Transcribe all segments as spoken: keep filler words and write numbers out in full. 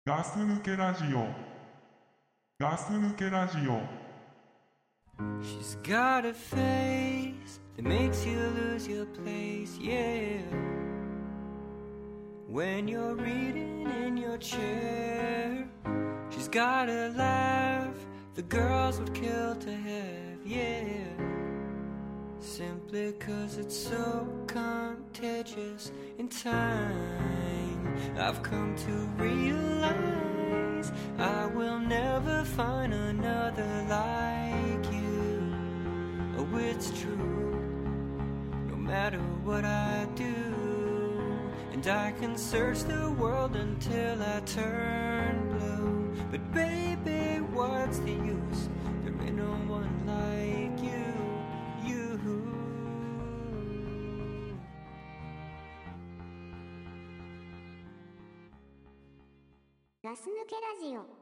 ガス抜けラジオガス抜けラジオ She's got a face that makes you lose your place, yeah. When you're reading in your chair, she's got a laugh the girls would kill to have, yeah. Simply 'cause it's so contagious in time, I've come to realize I will never find another like you. Oh, it's true, no matter what I do, and I can search the world until I turn blue. But baby, what's the use? There ain't no one like you, you. ガス抜けラジオ。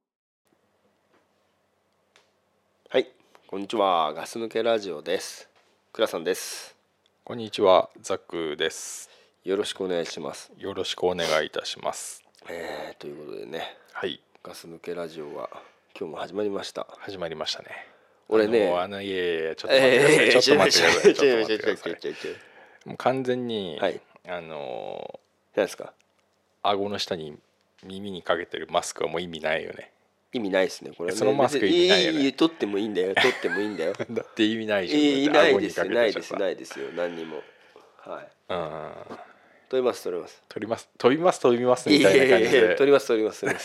はい、こんにちは。ガス抜けラジオです。倉さんです。 こんにちは、ザックです。 よろしくお願いします。 よろしくお願いいたします。 えー、ということでね、 はい、 ガス抜けラジオが今日も始まりました。 始まりましたね。 俺ね、 あの、あのいやいやちょっと待ってください。ちょっと待ってください。ちょっと待ってください。もう完全に、 はい、 あの何ですか？ 顎の下に耳にかけてるマスクはもう意味ないよね。 意味ないですね。これね、 そのマスク意味ないよね。 いい取ってもいいんだよ。取ってもいいんだよ。 だって意味ないじゃん。 いいないですよ。ないですないですよ。何にも。はい。 うん。 取ります取ります。 取ります取ります取りますみたいな感じで。いやいや取ります取ります取ります。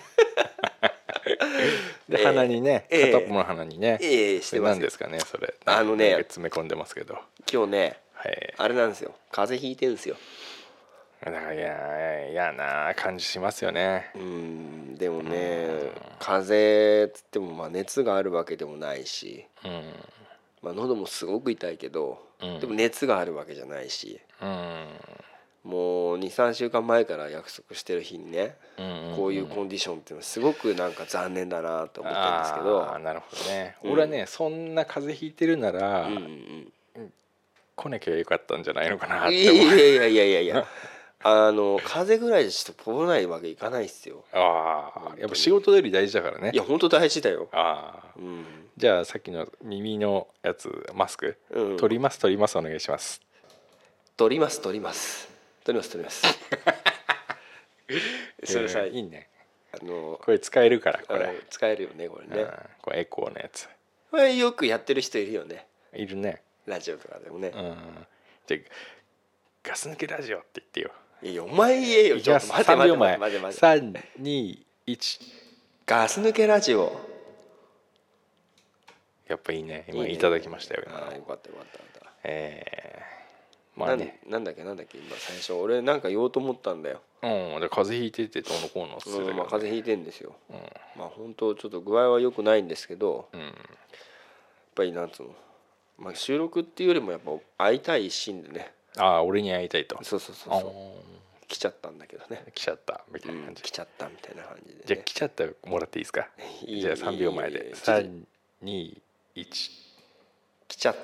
で、えー、鼻にね、片っぽの鼻にね。 えー、してます。 何ですかねそれ。 あのね、 詰め込んでますけど。 今日ね、 はい、あれなんですよ。風邪ひいてるんですよ。 だからいや嫌な感じしますよね。 うんでもね、風邪っつってもまあ熱があるわけでもないし、 うんまあ、喉もすごく痛いけど、うん、でも熱があるわけじゃないし、うん、もう にさんしゅうかんまえから約束してる日にね、うんうんうん、こういうコンディションっていうのはすごくなんか残念だなと思ってるんですけど。 あなるほどね、うん、俺はねそんな風邪ひいてるなら、うんうんうん、来なきゃよかったんじゃないのかなって思う。 いやいやいやいやいやいやあの風邪ぐらいでちょっと飛ばないわけいかないっすよ。 ああ、やっぱ仕事より大事だからね。 いや本当大事だよ。 ああ、うん、じゃあさっきの耳のやつマスク、うん、取ります取りますお願いします。 取ります取ります取ります取ります。それさ、 えー、いいね。 あのこれ使えるからこれ。 使えるよねこれね。 これエコーのやつ。 これよくやってる人いるよね。 いるね。 ラジオとかでもね。うん、 じゃあガス抜けラジオって言ってよ。 いやいやお前言えよ。ちょっと待って待って待って待って待って。 さんにいちガス抜けラジオ。 やっぱいいね。今いただきましたよ。 いいね、ああよかったよかった。 えー、まあね。 な, なんだっけなんだっけ今最初俺なんか言おうと思ったんだよ。 うん。で風邪ひいててどうのこうのって言ってたけど、ね。 うん、まあ風邪ひいてんですよ。うん、まあ本当ちょっと具合は良くないんですけど、うん、やっぱりなんつうの、まあ収録っていうよりもやっぱ会いたい一心でね。 ああ俺に会いたいと。 そうそうそうそう。来ちゃったんだけどね。 来ちゃったみたいな感じ、 うん、来ちゃったみたいな感じで、ね、 じゃあ来ちゃったもらっていいですか。いいじゃあさんびょうまえでさんにいち来ちゃった。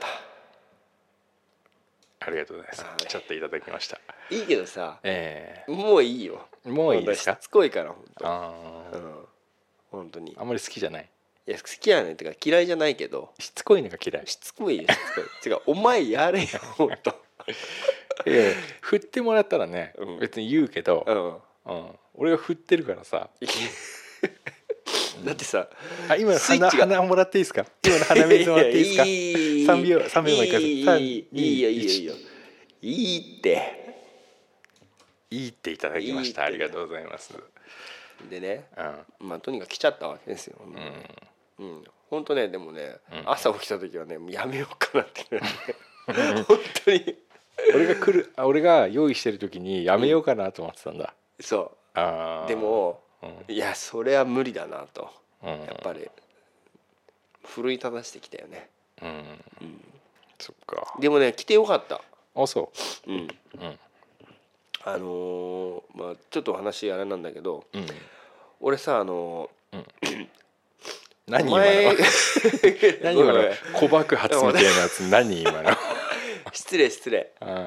ありがとうございます。来ちゃっていただきました。 いいけどさ、 えー、もういいよ。 もういいですか。 しつこいから本当。 ああ、 うん、本当に。 あんまり好きじゃない。 いや好きやねんってか嫌いじゃないけど。 しつこいのが嫌い。 しつこいよしつこい。違うお前やれよ本当。 いや振ってもらったらね、うん、別に言うけど、うんうん、俺が振ってるからさ。 だってさ、 あ今の鼻鼻もらっていいですか。今の鼻水もらっていいですか。いい三秒三秒前からさんにいちいいよいいよいいよいいっていいっていただきました。ありがとうございます。 でね、うん、まあとにかく来ちゃったわけですよ。うん、うん、本当ねでもね、うん、朝起きた時はねもうやめようかなって本当に俺が来る俺が用意してる時にやめようかなと思ってたんだ。 うん、そう。あでも、うん、いやそれは無理だなと、うん、やっぱり奮い立たしてきたよね。うん、うん、 そっか。 でもね来てよかった。 あそう。 うん。うん。あのー、まあちょっと話あれなんだけど、うん、俺さあのーうん、 何今の何今の小爆発みたいなやつ何今の失礼失礼。 あ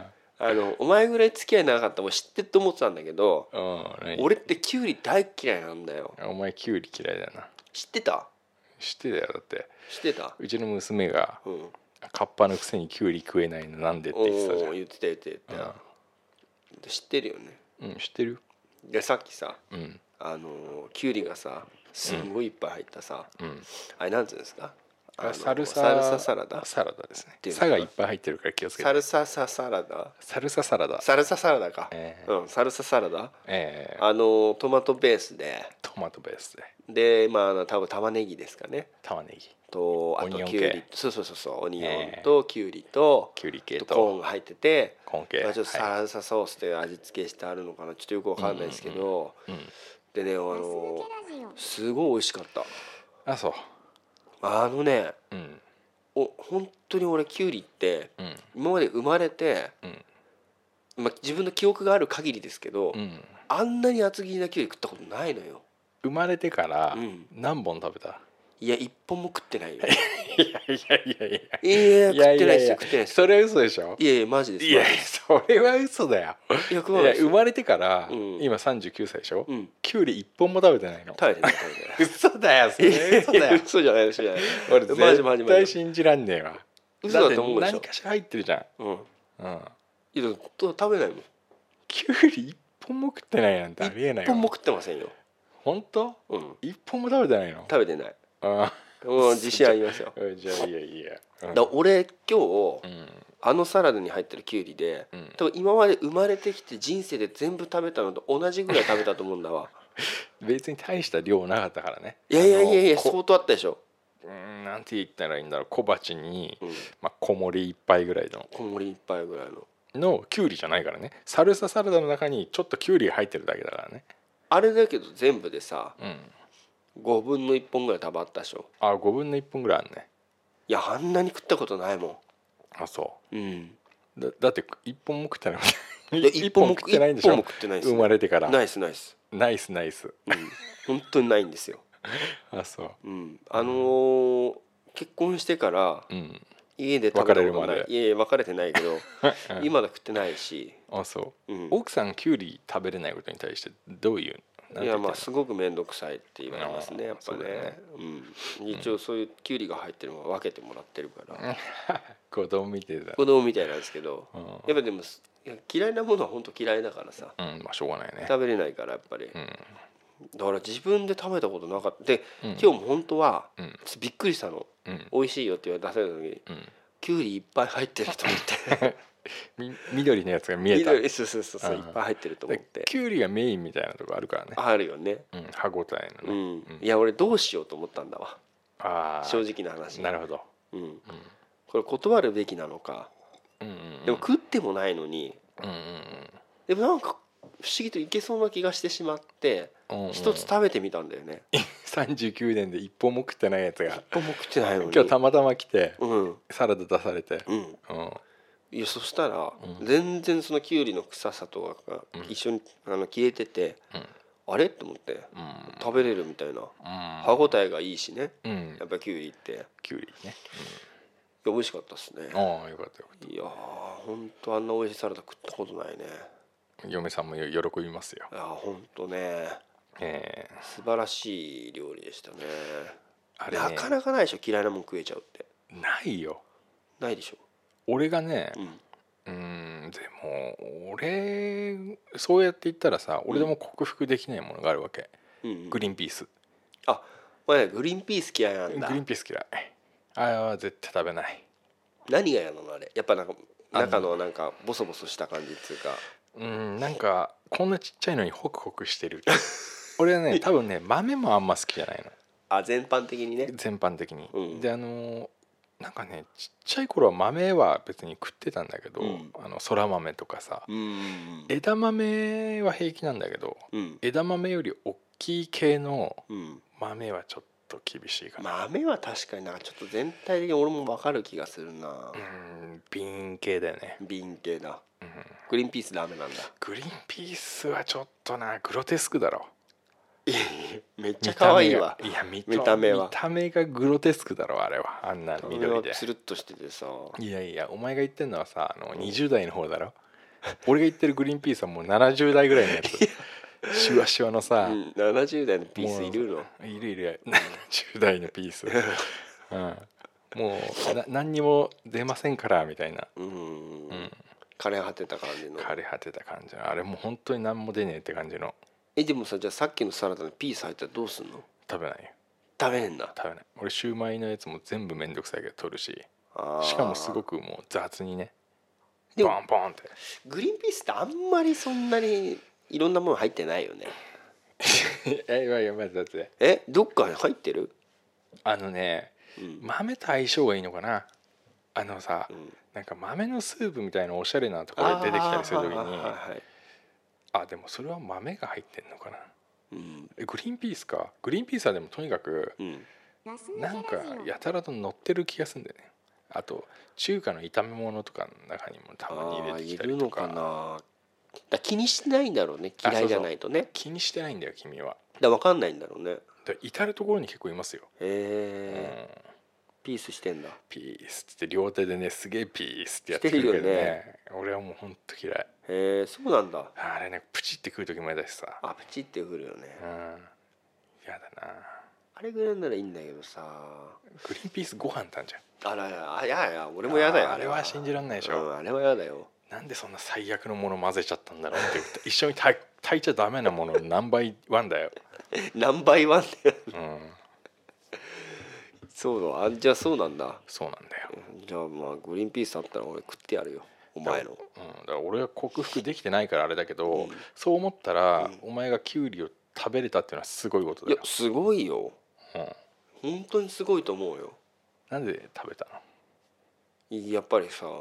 あのお前ぐらい付き合いなかったらもう知ってると思ってたんだけど、 うん、 俺ってキュウリ大嫌いなんだよ。 お前キュウリ嫌いだな。 知ってた？ 知ってたよ。だって知ってた？ うちの娘が、 うん、 カッパのくせにキュウリ食えないのなんでって言ってたじゃん。 言ってた言ってた言ってた、知ってるよね。 うん、知ってる。 でさっきさ、 うん、 あのキュウリがさすんごいいっぱい入ったさ、 うん、 あれなんていうんですか、あのサルササルササラダサラダですね。 ていうのサがいっぱい入ってるから気をつけて。 サルサササラダサルササラダサルササラダか、 えうん、サルササラダ、 えー、 あのトマトベースでトマトベースででまああの多分玉ねぎですかね玉ねぎとあオニオンとキュウリ系、 そうそうそうそうオニオえンとキュウリと、 キュウリ系ととコーンが入ってて、 コーン系、 まあ、ちょっとサはルサソースで味付けしてあるのかなちょっとよくわかんないですけど、 い、うん、 でねあガス抜のけラジオすごい美味しかった。 あそう、 あのねうんお本当に俺キュウリってうん今まで生まれて、 うんまあ、自分の記憶がある限りですけど、 うんあんなに厚切りなキュウリ食ったことないのよ。 生まれてからうん何本食べた？ いや一本も食ってないよ。 いやいやいやいいやや食ってないですよいやいや食ってないですよ。 それは嘘でしょ。 いやいやマジです。 いやマジですそれは嘘だよ。 いや食いわないですよ。 や生まれてから、 うん今さんじゅうきゅうさいでしょ、 うんキュウリ一本も食べてないの。 食べてない食べてない。 嘘だよそれ嘘だよ。 嘘じゃない嘘じゃない。 俺マジマジ絶マジ対信じらんねえわ。 嘘だと思うでしょだって何かしら入ってるじゃん。 うん。 うん。 いやだから食べないもん。 キュウリ一本も食ってないなんてありえないわ。 一本も食ってませんよ。 本当？ うん。 一本も食べてないの？ 食べてない。 あもう自信ありますよ。 あ。じゃあいやいや。うんだから俺今日うんあのサラダに入ってるキュウリで、 うん多分今まで生まれてきて人生で全部食べたのと同じぐらい食べたと思うんだわ。 別に大した量なかったからね。 いやいやいやいやあのこ相当あったでしょ。 うーんなんて言ったらいいんだろう。小鉢に、 うん。 まあ、小盛り一杯ぐらいの小盛り一杯ぐらいの。 のキュウリじゃないからね。サルササラダの中にちょっとキュウリが入ってるだけだからね。 あれだけど全部でさうん。 ごぶんのいっぽんぐらい食べあったでしょ。 あごぶんのいっぽんぐらいあるね。 いやあんなに食ったことないもあそん。うん。 う。だだって一本も食ってないもん。 いや一本も食ってないんでしょ。 一本も食ってないです。 生まれてから。 ナイスナイス。 ナイスナイス。 うん。本当にないんですよ。 あそう。 うん。あのー結婚してからうん。 家で食べたことない。 別れるまでいやいや別れてないけどうん今だ食ってないし。 あそうう。 ん。 奥さんキュウリ食べれないことに対してどういう？なんて言ってんのいやまあすごく面倒くさいって言われますねあーやっぱそうだよねね。うん。一応そういうキュウリが入ってるのは分けてもらってるから子供みてえだ。 子供みたいなんですけど、 うん。 やっぱでもいや嫌いなものは本当嫌いだからさうん、まあしょうがないね。 食べれないからやっぱり。 うん。 だから自分で食べたことなかったで、 うん今日も本当はうんちょっとびっくりしたの。 うん美味しいよって言われ出された時にうん。 キュウリいっぱい入ってると思ってみ緑のやつが見えた。 緑そうそうそうそううんいっぱい入ってると思ってキュウリがメインみたいなとこあるからね。 あるよね。 うん、歯ごたえうのね。 ん、いや俺どうしようと思ったんだわああ。 正直な話。 なるほど。 うん、これ断るべきなのか。 うんうんうん。 でも食ってもないのにうんうんでもなんか不思議といけそうな気がしてしまってうん。 一つ食べてみたんだよね。 さんじゅうきゅうねんで一本も食ってないやつが一本も食ってないのに今日たまたま来てうんサラダ出されて。 うんうん。 いやそしたらうん全然そのキュウリの臭さとかが一緒にあの消えてて、あれと思ってうん。 食べれるみたいなうん。 歯ごたえがいいしねうんや。っぱキュウリっていやキュウリね。 美味しかったですね。 ああよかったよかっいやーほんとあんな美味しいサラダ食ったことないね。 た。嫁さんもよ喜びますよ。 いやーほんとねええ。 素晴らしい料理でしたね。 あれねなかなかないでしょ嫌いなもん食えちゃうってないよ。 ないでしょ。 俺がねうんうーんでも俺そうやって言ったらさ俺でも克服できないものがあるわけ。 うんうんグリーンピース。 あお前ねグリーンピース嫌いなんだ。 グリーンピース嫌い。あれは絶対食べない。 何が嫌なのあれやっぱなんかあの中のなんかボソボソした感じっていうかうんなんかこんなちっちゃいのにホクホクしてる。俺はね多分ね豆もあんま好きじゃないの。 あ全般的にね。 全般的に。 うんであのなんかねちっちゃい頃は豆は別に食ってたんだけど、 うんあのそら豆とかさ、 うんうん枝豆は平気なんだけどうん枝豆より大きい系のうん豆はちょっと厳しいかな。 豆は確かになんかちょっと全体的に俺も分かる気がするな。 うん瓶系だよね。 瓶系だ。 うんグリーンピースダメなんだ。 グリーンピースはちょっとなグロテスクだろ。 めっちゃ可愛いわ。 見た目がいや見た見た目は見た目がグロテスクだろあれはあんなこれ緑で。 はつるっとしててさ。 いやいやお前が言ってんのはさあのにじゅう代の方だろ。 俺が言ってるグリーンピースはもうななじゅう代ぐらいのやつシワシワのさ、 うん、ななじゅう代のピースいるの？ いるいるななじゅう代のピース、うん、もうな何にも出ませんからみたいな、 うん、うん、枯れ果てた感じの枯れ果てた感じのあれもう本当に何も出ねえって感じの。 えでもさじゃあさっきのサラダにピース入ったらどうすんの？ 食べないよ。 食べへんだ。 食べない。俺シューマイのやつも全部めんどくさいけど取るし、しかもすごくもう雑にねポンポンって。 グリーンピースってあんまりそんなにいろんなもの入ってないよねえいやいやまずだってえどっかに入ってる？ あのね、うん、豆と相性がいいのかな。あのさ、うん、なんか豆のスープみたいなおしゃれなところで出てきたりするときに あ,、はいはい、あでもそれは豆が入ってんのかな、うん、グリーンピースか。グリーンピースはでもとにかく、うん、なんかやたらと乗ってる気がするんだよね。あと中華の炒め物とかの中にもたまに入れてきたりとか。 いるのかな。だ気にしてないんだろうね。嫌いじゃないとね。そうそう気にしてないんだよ君は。 だ分かんないんだろうね。 だ至る所に結構いますよ。 へえ、うん、ピースしてんだ。 ピースって両手でねすげえピースってやってるけど ね, ね俺はもうほんと嫌い。へえそうなんだ。 あれねプチってくる時も嫌だしさ。 あプチってくるよね。うん嫌だな。 あれぐらいならいいんだけどさ。 グリーンピースご飯たんじゃん。 あらやいやいや俺も嫌だよ。 あれは信じらんないでしょ、 うん、あれは嫌だよ。 なんでそんな最悪のもの混ぜちゃったんだろうって一緒に炊いちゃダメなもの何倍ワンだよ何倍ワンだよ、うん、そうだ。あじゃあそうなんだ。 そうなんだよ。 じゃあまあグリーンピースあったら俺食ってやるよお前の。 だから、うん、だから俺は克服できてないからあれだけど、うん、そう思ったら、うん、お前がキュウリを食べれたっていうのはすごいことだよ。 いやすごいよ、うん、本当にすごいと思うよ。 なんで食べたの？ やっぱりさ、うん、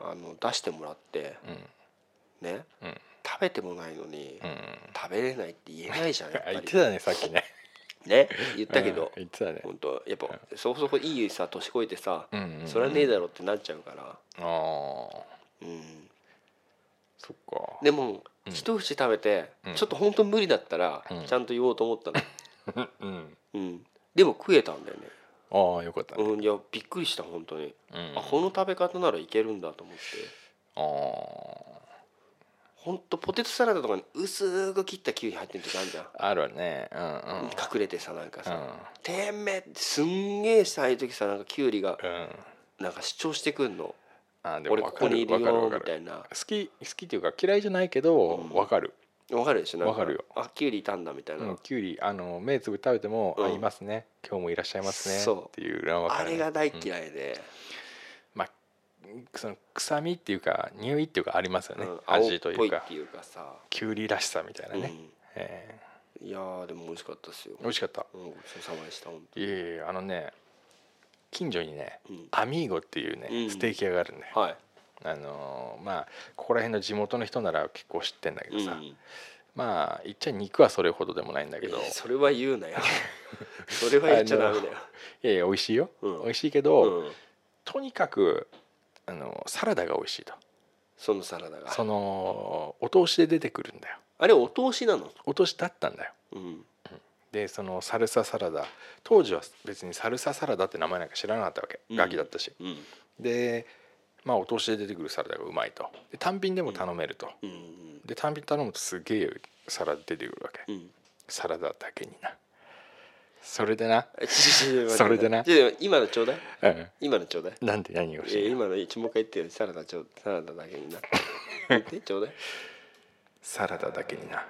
あの出してもらって、うん、ね、うん、食べてもないのに、うん、食べれないって言えないじゃんやっぱり言ってたねさっきねね言ったけど、 うん、言ってたね。 本当やっぱ、うん、そこそこいいさ年越えてさ、うんうんうん、それはねえだろってなっちゃうから。ああうんそっか。 でも、うん、一口食べて、うん、ちょっと本当無理だったら、うん、ちゃんと言おうと思ったのうん、うん、でも食えたんだよね。 ああよかったね、 うん、いやびっくりした本当に、うん、あこの食べ方ならいけるんだと思って。ああ本当ポテトサラダとかに薄く切ったキュウリ入ってる時あるじゃん。 あるね、うんうん、 隠れてさなんかさ、うん、てめえすんげえしたああいう時さなんかキュウリが、うん、なんか主張してくんの。あでも俺ここにいるよみたいな。 好き好きっていうか嫌いじゃないけど分、うん、かるわかるでしょ。なんかわかるよ。 あキュウリいたんだみたいな、うん、 キュウリあの目つぶ食べても、うん、あいますね今日もいらっしゃいますねっていうのは分かる、ね、 あれが大嫌いで、 うん、まあその臭みっていうか匂いっていうかありますよね、うん、味というかっていうかさキュウリらしさみたいなね、うんえー、いやでも美味しかったですよ。 美味しかった、 うん、ごちそうさまでした本当に。 いやいやあのね近所にね、うん、アミーゴっていうね、うん、ステーキ屋があるんで、はい、あのー、まあここら辺の地元の人なら結構知ってんだけどさ、うんまあ言っちゃ肉はそれほどでもないんだけど、 それは言うなよそれは言っちゃダメだよいやいや美味しいよ、うん、美味しいけど、うん、とにかくあのサラダが美味しいと。 そのサラダがそのお通しで出てくるんだよ。 あれお通しなの？ お通しだったんだよ、うん、でそのサルササラダ当時は別にサルササラダって名前なんか知らなかったわけ、うん、ガキだったし、うん、でまあお通しで出てくるサラダがうまいと。で単品でも頼めると、うんうんで単品頼むとすげえサラダ出てくるわけ、うん、サラダだけにな。それでなそれでな今のちょうだい、うん、今のちょうだい。 なんで何をしてる？ 今の一もう一回言ってよ。サラダちょサラダだけにな言ってちょうだい。 サラダだけにな。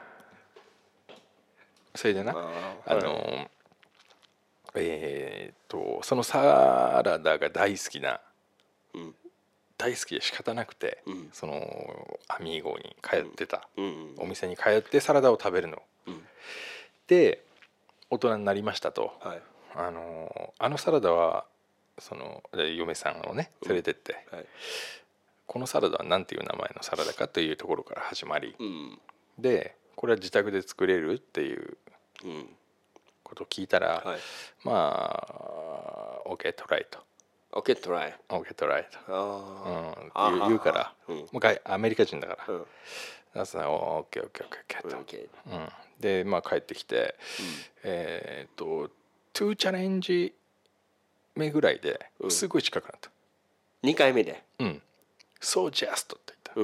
それでな あ, あの、はい、えー、っとそのサラダが大好きな、うん大好きで仕方なくて、うん、そのアミーゴに通ってた、うんうんうん、お店に通ってサラダを食べるの、うん、で大人になりましたと、はい、あのあのサラダはその嫁さんをね連れてって、うんはい、このサラダは何ていう名前のサラダかというところから始まり、うん、でこれは自宅で作れるっていうことを聞いたら、はい、まあ OK トライと。 オッケートライオッケートライと、うん、言, 言うから、うん、もうアメリカ人だから、うん、だからオッケーオッケーオッケーオッケー、うん、でまあ帰ってきて、うん、えー、っとにチャレンジ目ぐらいですごい近くなった、 うん、にかいめでうん So just って言ったうん、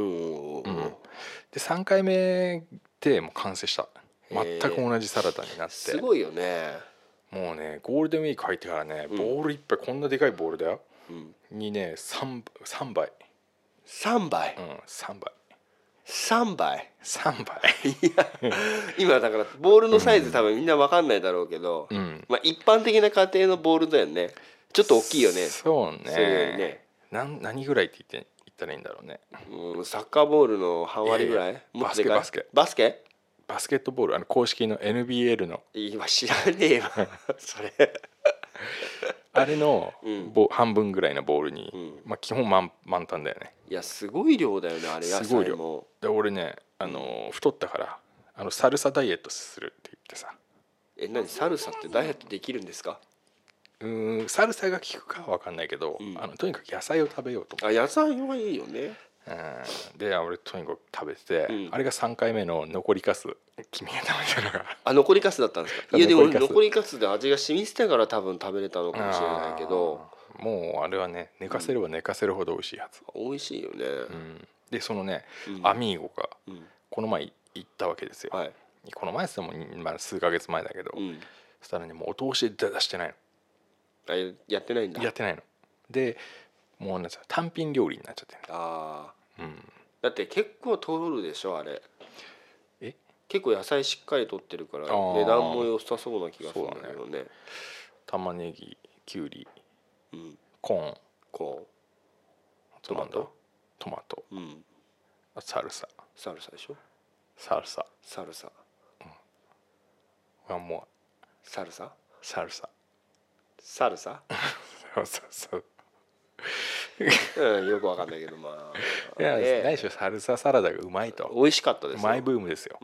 でさんかいめでもう完成した。全く同じサラダになって、 すごいよね。 もうねゴールデンウィーク入ってからね、ボールいっぱい、こんなでかいボールだよ、うん、にね 3, 3倍さんばい、 うん、さんばいさんばいさんばいいや今だからボールのサイズ多分みんな分かんないだろうけど、うん、まあ、一般的な家庭のボールだよね。ちょっと大きいよね。 そうね。 それよりね。 な何ぐらいって言って言ったらいいんだろうね。 うん、サッカーボールの半割ぐらい？いやいやバスケバスケバスケバスケットボール、あの公式の エヌビーエル の今知らねえわそれあれの、うん、半分ぐらいのボールに、うん、まあ基本 満, 満タンだよね。 いやすごい量だよねあれ。野菜もすごい量で、俺ねあの、うん、太ったからあのサルサダイエットするって言ってさ。 え、何サルサってダイエットできるんですか？ うーん、サルサが効くかは分かんないけど、うん、あのとにかく野菜を食べようと思って。あ、野菜はいいよね。 うん、で俺とにかく食べてて、うん、あれがさんかいめの残りかす、君が食べたのがあ、残りかすだったんですか？いやでも残りかすで味が染みてたから多分食べれたのかもしれないけど、 もうあれはね寝かせれば寝かせるほど美味しいはず、 うん、美味しいよね、 うん、でそのね、うん、アミーゴがこの前行ったわけですよ、はい、この前って言っても、まあ、数ヶ月前だけど、うん、そしたらねもうお通しで出してないの。 あ、やってないんだ。 やってないので、もうなんか単品料理になっちゃってる。 ああ、うん、だって結構取るでしょあれ。 え、 結構野菜しっかり取ってるから値段も良さそうな気がするんだけど ね, ね玉ねぎ、きゅうり、 うん、 コーン、 コーン、トマト、 トマト、 うん、 サルサ、 サルサでしょ。 サルサ、 サルサ、 うん、もうサルサ、 サルサ、 サルサそうそうそううん、よくわかんないけど、まあいや、えー、何しろサルササラダがうまいと。 美味しかったですよ。 マイブームですよ、 うん、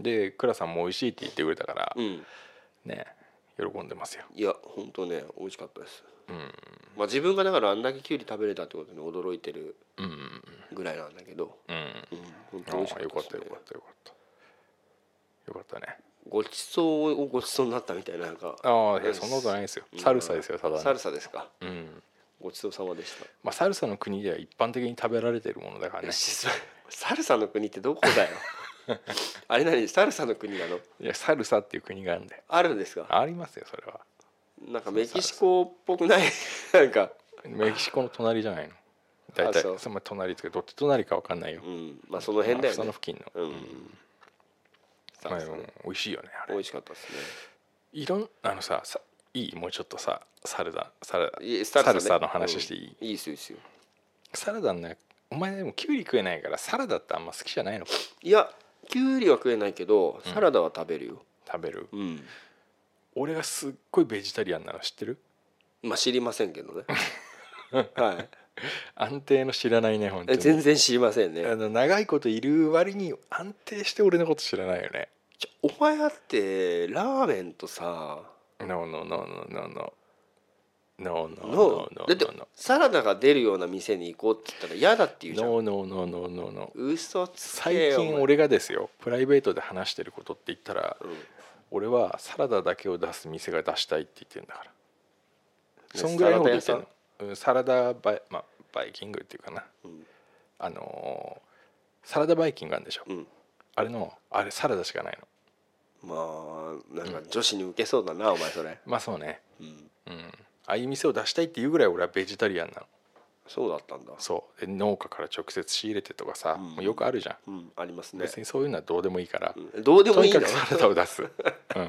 で倉さんも美味しいって言ってくれたから、 うん、 ね喜んでますよ。 いや本当ね美味しかったです、 うん、 まあ、自分がだからあんだけキュウリ食べれたってことに驚いてるぐらいなんだけど、 うん、うん、 本当美味しかったですね。 よかったよかったよかったよかったね。 ごちそうをごちそうになったみたいな、なんか。 ああ、いやそんなことないですよ。サルサですよ、ただ、ね、 サルサですか。 うん。 ごちそうさまでした。 まあサルサの国では一般的に食べられているものだからね。 サルサの国ってどこだよ。あれ何、サルサの国なの？ いや、サルサっていう国があるんだよ。 あるんですか？ ありますよ、それは。 なんかメキシコっぽくない？なんかメキシコの隣じゃないの。大体その隣ってどっち隣か分かんないよ。 うん、まあその辺だよね。 その付近の。うん。まあ、美味しいよね、あれ。 美味しかったですね。 いろんあのさ、さいいもうちょっとさ、サラダサラダサルサの話していい？ いいですよいいですよ。 サラダね、お前でもキュウリ食えないからサラダってあんま好きじゃないの？ いや、キュウリは食えないけどサラダは食べるよ。 食べる。 うん。 俺がすっごいベジタリアンなの知ってる？ まあ知りませんけどね。はい。 安定の知らないね、本当に。 全然知りませんね。 あの長いこといる割に安定して俺のこと知らないよね。 ちょお前だってラーメンとさ、 ノーノーノーノーノーノーノーノーノーノー。 だってサラダが出るような店に行こうって言ったら嫌だって言うじゃん。 ノーノーノーノーノーノー。 嘘つけよ。 最近俺がですよ、プライベートで話してることって言ったら、うん、俺はサラダだけを出す店が出したいって言ってるんだから。そんぐらいのこと言ってるの。サラダバイ、まあ、バイキングっていうかな、うん、あのー、サラダバイキングあるんでしょ、うん、あれのあれサラダしかないの。まあなんか女子に受けそうだな、うん、お前それ。 まあそうね、うんうん、ああいう店を出したいっていうぐらい俺はベジタリアンなの。 そうだったんだ。 そうで農家から直接仕入れてとかさ、うん、もうよくあるじゃん、 うん、ありますね。 別にそういうのはどうでもいいから、 うん、どうでもいいの？ とにかくサラダを出す、うん、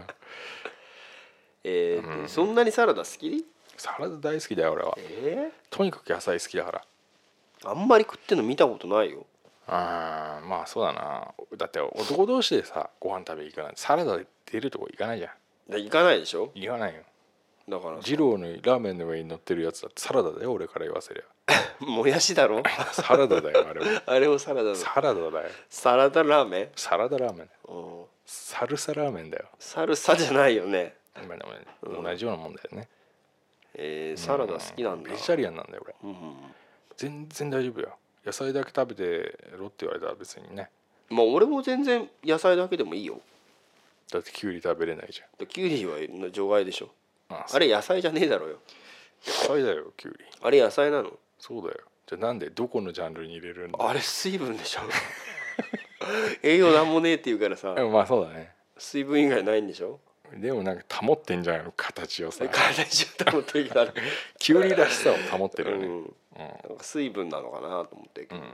えーうん、そんなにサラダ好き？ サラダ大好きだよ俺は、 えー、 とにかく野菜好きだから。あんまり食ってんの見たことないよ。 ああ、まあそうだな。だって男同士でさご飯食べ行かない、サラダ出るとこ行かないじゃん。 行かないでしょ。 行かないよ。 だから二郎のラーメンの上に乗ってるやつだってサラダだよ、俺から言わせりゃ。 もやしだろ。 サラダだよあれも。 あれもサラダだ。 サラダだよ。 サラダラーメン。 サラダラーメン。サルサラーメンだよ。 サルサじゃないよね。 まあでもね、うん、同じようなもんだよね。 えー、サラダ好きなんだ。 ベジタリアンなんだよ俺、 うん、 全然大丈夫よ。野菜だけ食べてろって言われたら別にね。 まあ俺も全然野菜だけでもいいよ。 だってキュウリ食べれないじゃん。 キュウリは除外でしょ。 あ, あれ野菜じゃねえだろうよ。 野菜だよキュウリ。 あれ野菜なの？ そうだよ。 じゃあなんでどこのジャンルに入れるんだ。 あれ水分でしょ栄養なんもねえって言うからさ、 まあそうだね。 水分以外ないんでしょ。 でもなんか保ってんじゃないの形をさ。 形を保ってるけどキュウリらしさを保ってるよね、うんうん、なんか水分なのかなと思ってるけど、 うん、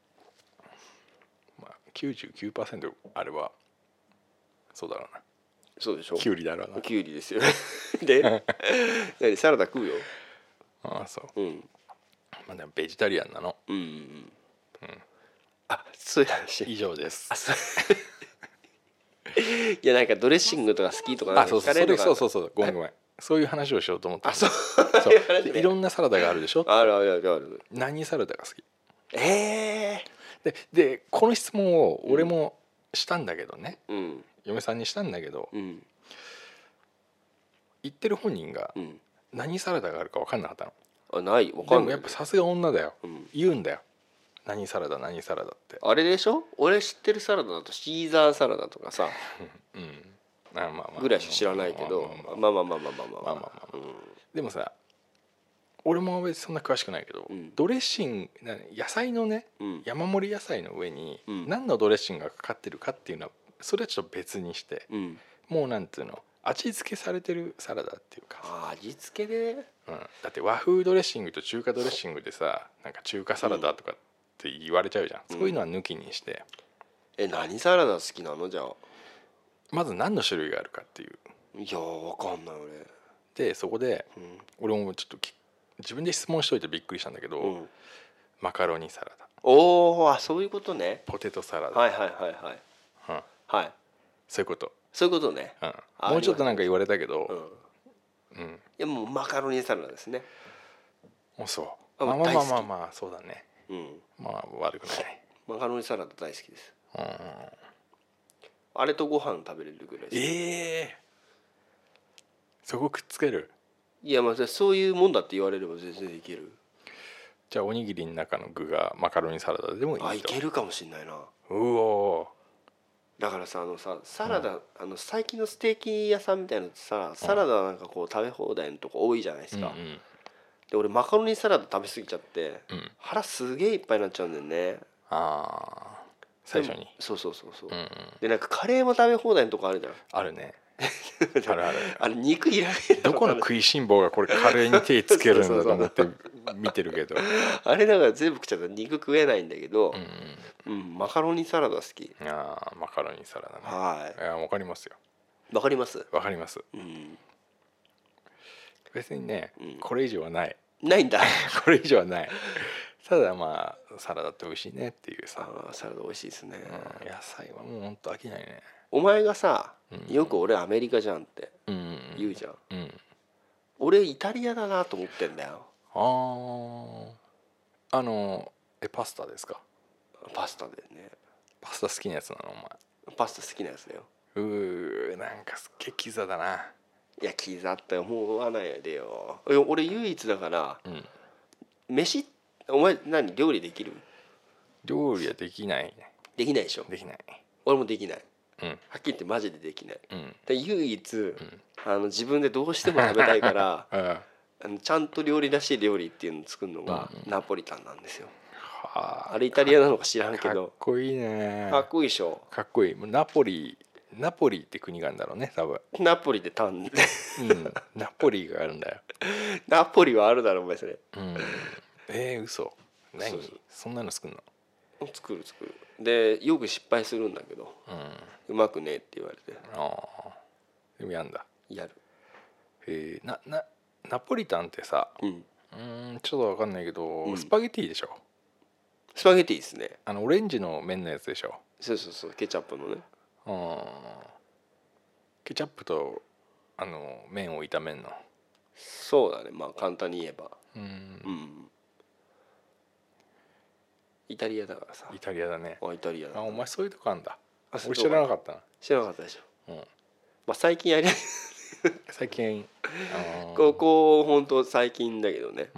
まあ、きゅうじゅうきゅうパーセント あればそうだろうな。 そうでしょ。 キュウリだろうな。 キュウリですよで何サラダ食うよ。 ああそう、 うん、 まあでもベジタリアンなの。 うんうん、うん、あそういう話以上です。 あそういやなんかドレッシングとか好きとかなんか聞かれるのか。 そうそうそうそう、ごめんごめん、そういう話をしようと思って。 あそうそういろんなサラダがあるでしょ。 あるあるあるある。 何サラダが好き？ えー、ででこの質問を俺もしたんだけどね、 うん、 嫁さんにしたんだけど、 うん、 言ってる本人が何サラダがあるか分かんなかったの。 あない分かんない。 でもやっぱさすが女だよ、 うん、 言うんだよ、何サラダ何サラダって。 あれでしょ。俺知ってるサラダだとシーザーサラダとかさ、 うん、あまあまあぐらいしか知らないけど、まあまあまあまあまあまあまあまあ、うん、 でもさ俺も別にそんな詳しくないけど、うん、ドレッシング野菜のね、うん、山盛り野菜の上に何のドレッシングがかかってるかっていうのはそれはちょっと別にして、うん、もうなんていうの味付けされてるサラダっていうか。 あ味付けで、 うん、だって和風ドレッシングと中華ドレッシングでさなんか中華サラダとかって言われちゃうじゃん、うん、そういうのは抜きにして、 え何サラダ好きなのじゃあ。 まず何の種類があるかっていう。 いやわかんない俺でそこで、うん、俺もちょっと自分で質問しといてびっくりしたんだけど、うん、マカロニサラダ。 おーあそういうことね。 ポテトサラダ。 はいはいはいはい、うん、はいそういうことそういうことね、 うん、もうちょっとなんか言われたけど、 うんうん、いやもうマカロニサラダですね。 もうそうまあまあまあまあまあそうだね、うん、まあ悪くない。 マカロニサラダ大好きです、うん、あれとご飯食べれるぐらいです。 ええー、そこくっつける。 いやまあそういうもんだって言われれば全然いける。 じゃあおにぎりの中の具がマカロニサラダでもいいと。 あいけるかもしれないな。 うおだからさあのさサラダ、うん、あの最近のステーキ屋さんみたいなのってさサラダなんかこう食べ放題のとこ多いじゃないですか、うんうん、で俺マカロニサラダ食べ過ぎちゃって、うん、腹すげえいっぱいになっちゃうんだよね。 ああ最初に。 そうそうそうそう、うんうん、でなんかカレーも食べ放題のとこあるじゃん。 あるねあるあるあれ肉いらない。 どこの食いしん坊がこれカレーに手つけるんだと思って見てるけどあれだから全部食っちゃったら肉食えないんだけど、うん、うん、マカロニサラダ好き。 ああマカロニサラダね。 はい。 いやわかりますよ。 わかります。 わかります、うん、別にね、うん、これ以上はないないんだこれ以上はない。ただまあサラダって美味しいねっていうさ。 あサラダ美味しいですね、 うん、野菜はもうほんと飽きないね。 お前がさ、うん、よく俺アメリカじゃんって言うじゃん、うんうん、俺イタリアだなと思ってんだよ。 ああのえパスタですか。 パスタでね。 パスタ好きなやつなのお前。 パスタ好きなやつだよ。 うーなんかすっげえキザだな。 いやキザって思わないでよ。俺唯一だから、うん、飯お前何料理できる？ 料理はできないね。 できないでしょ。 できない。 俺もできない、うん、はっきり言ってマジでできない、うん、で唯一、うん、あの自分でどうしても食べたいからあのちゃんと料理らしい料理っていうのを作るのがナポリタンなんですよ、うん、あれイタリアなのか知らんけどかっこいいね。 かっこいいでしょ。 かっこいい。ナポリナポリって国があるんだろうね多分。 ナポリでタン、うん、 ナポリがあるんだよナポリはあるだろお前それ、うん、 えー、嘘何 そ, そんなの作るの。 作る作るでよく失敗するんだけど、うん、うまくねえって言われて。 ああでもやんだ。 やる。 えー、ななナポリタンってさ、うん、うんちょっと分かんないけど、うん、スパゲティでしょ。 スパゲティですね。 あのオレンジの麺のやつでしょ。 そうそうそうケチャップのね。 あケチャップとあの麺を炒めんの。 そうだねまあ簡単に言えば。うん、うんイタリアだからさ。 イタリアだね。 あイタリアだ。 あお前そういうとこあんだ。俺知らなかったな。 知らなかったでしょ。うん。まあ最近やり最近。 ここ本当最近だけどね。うん。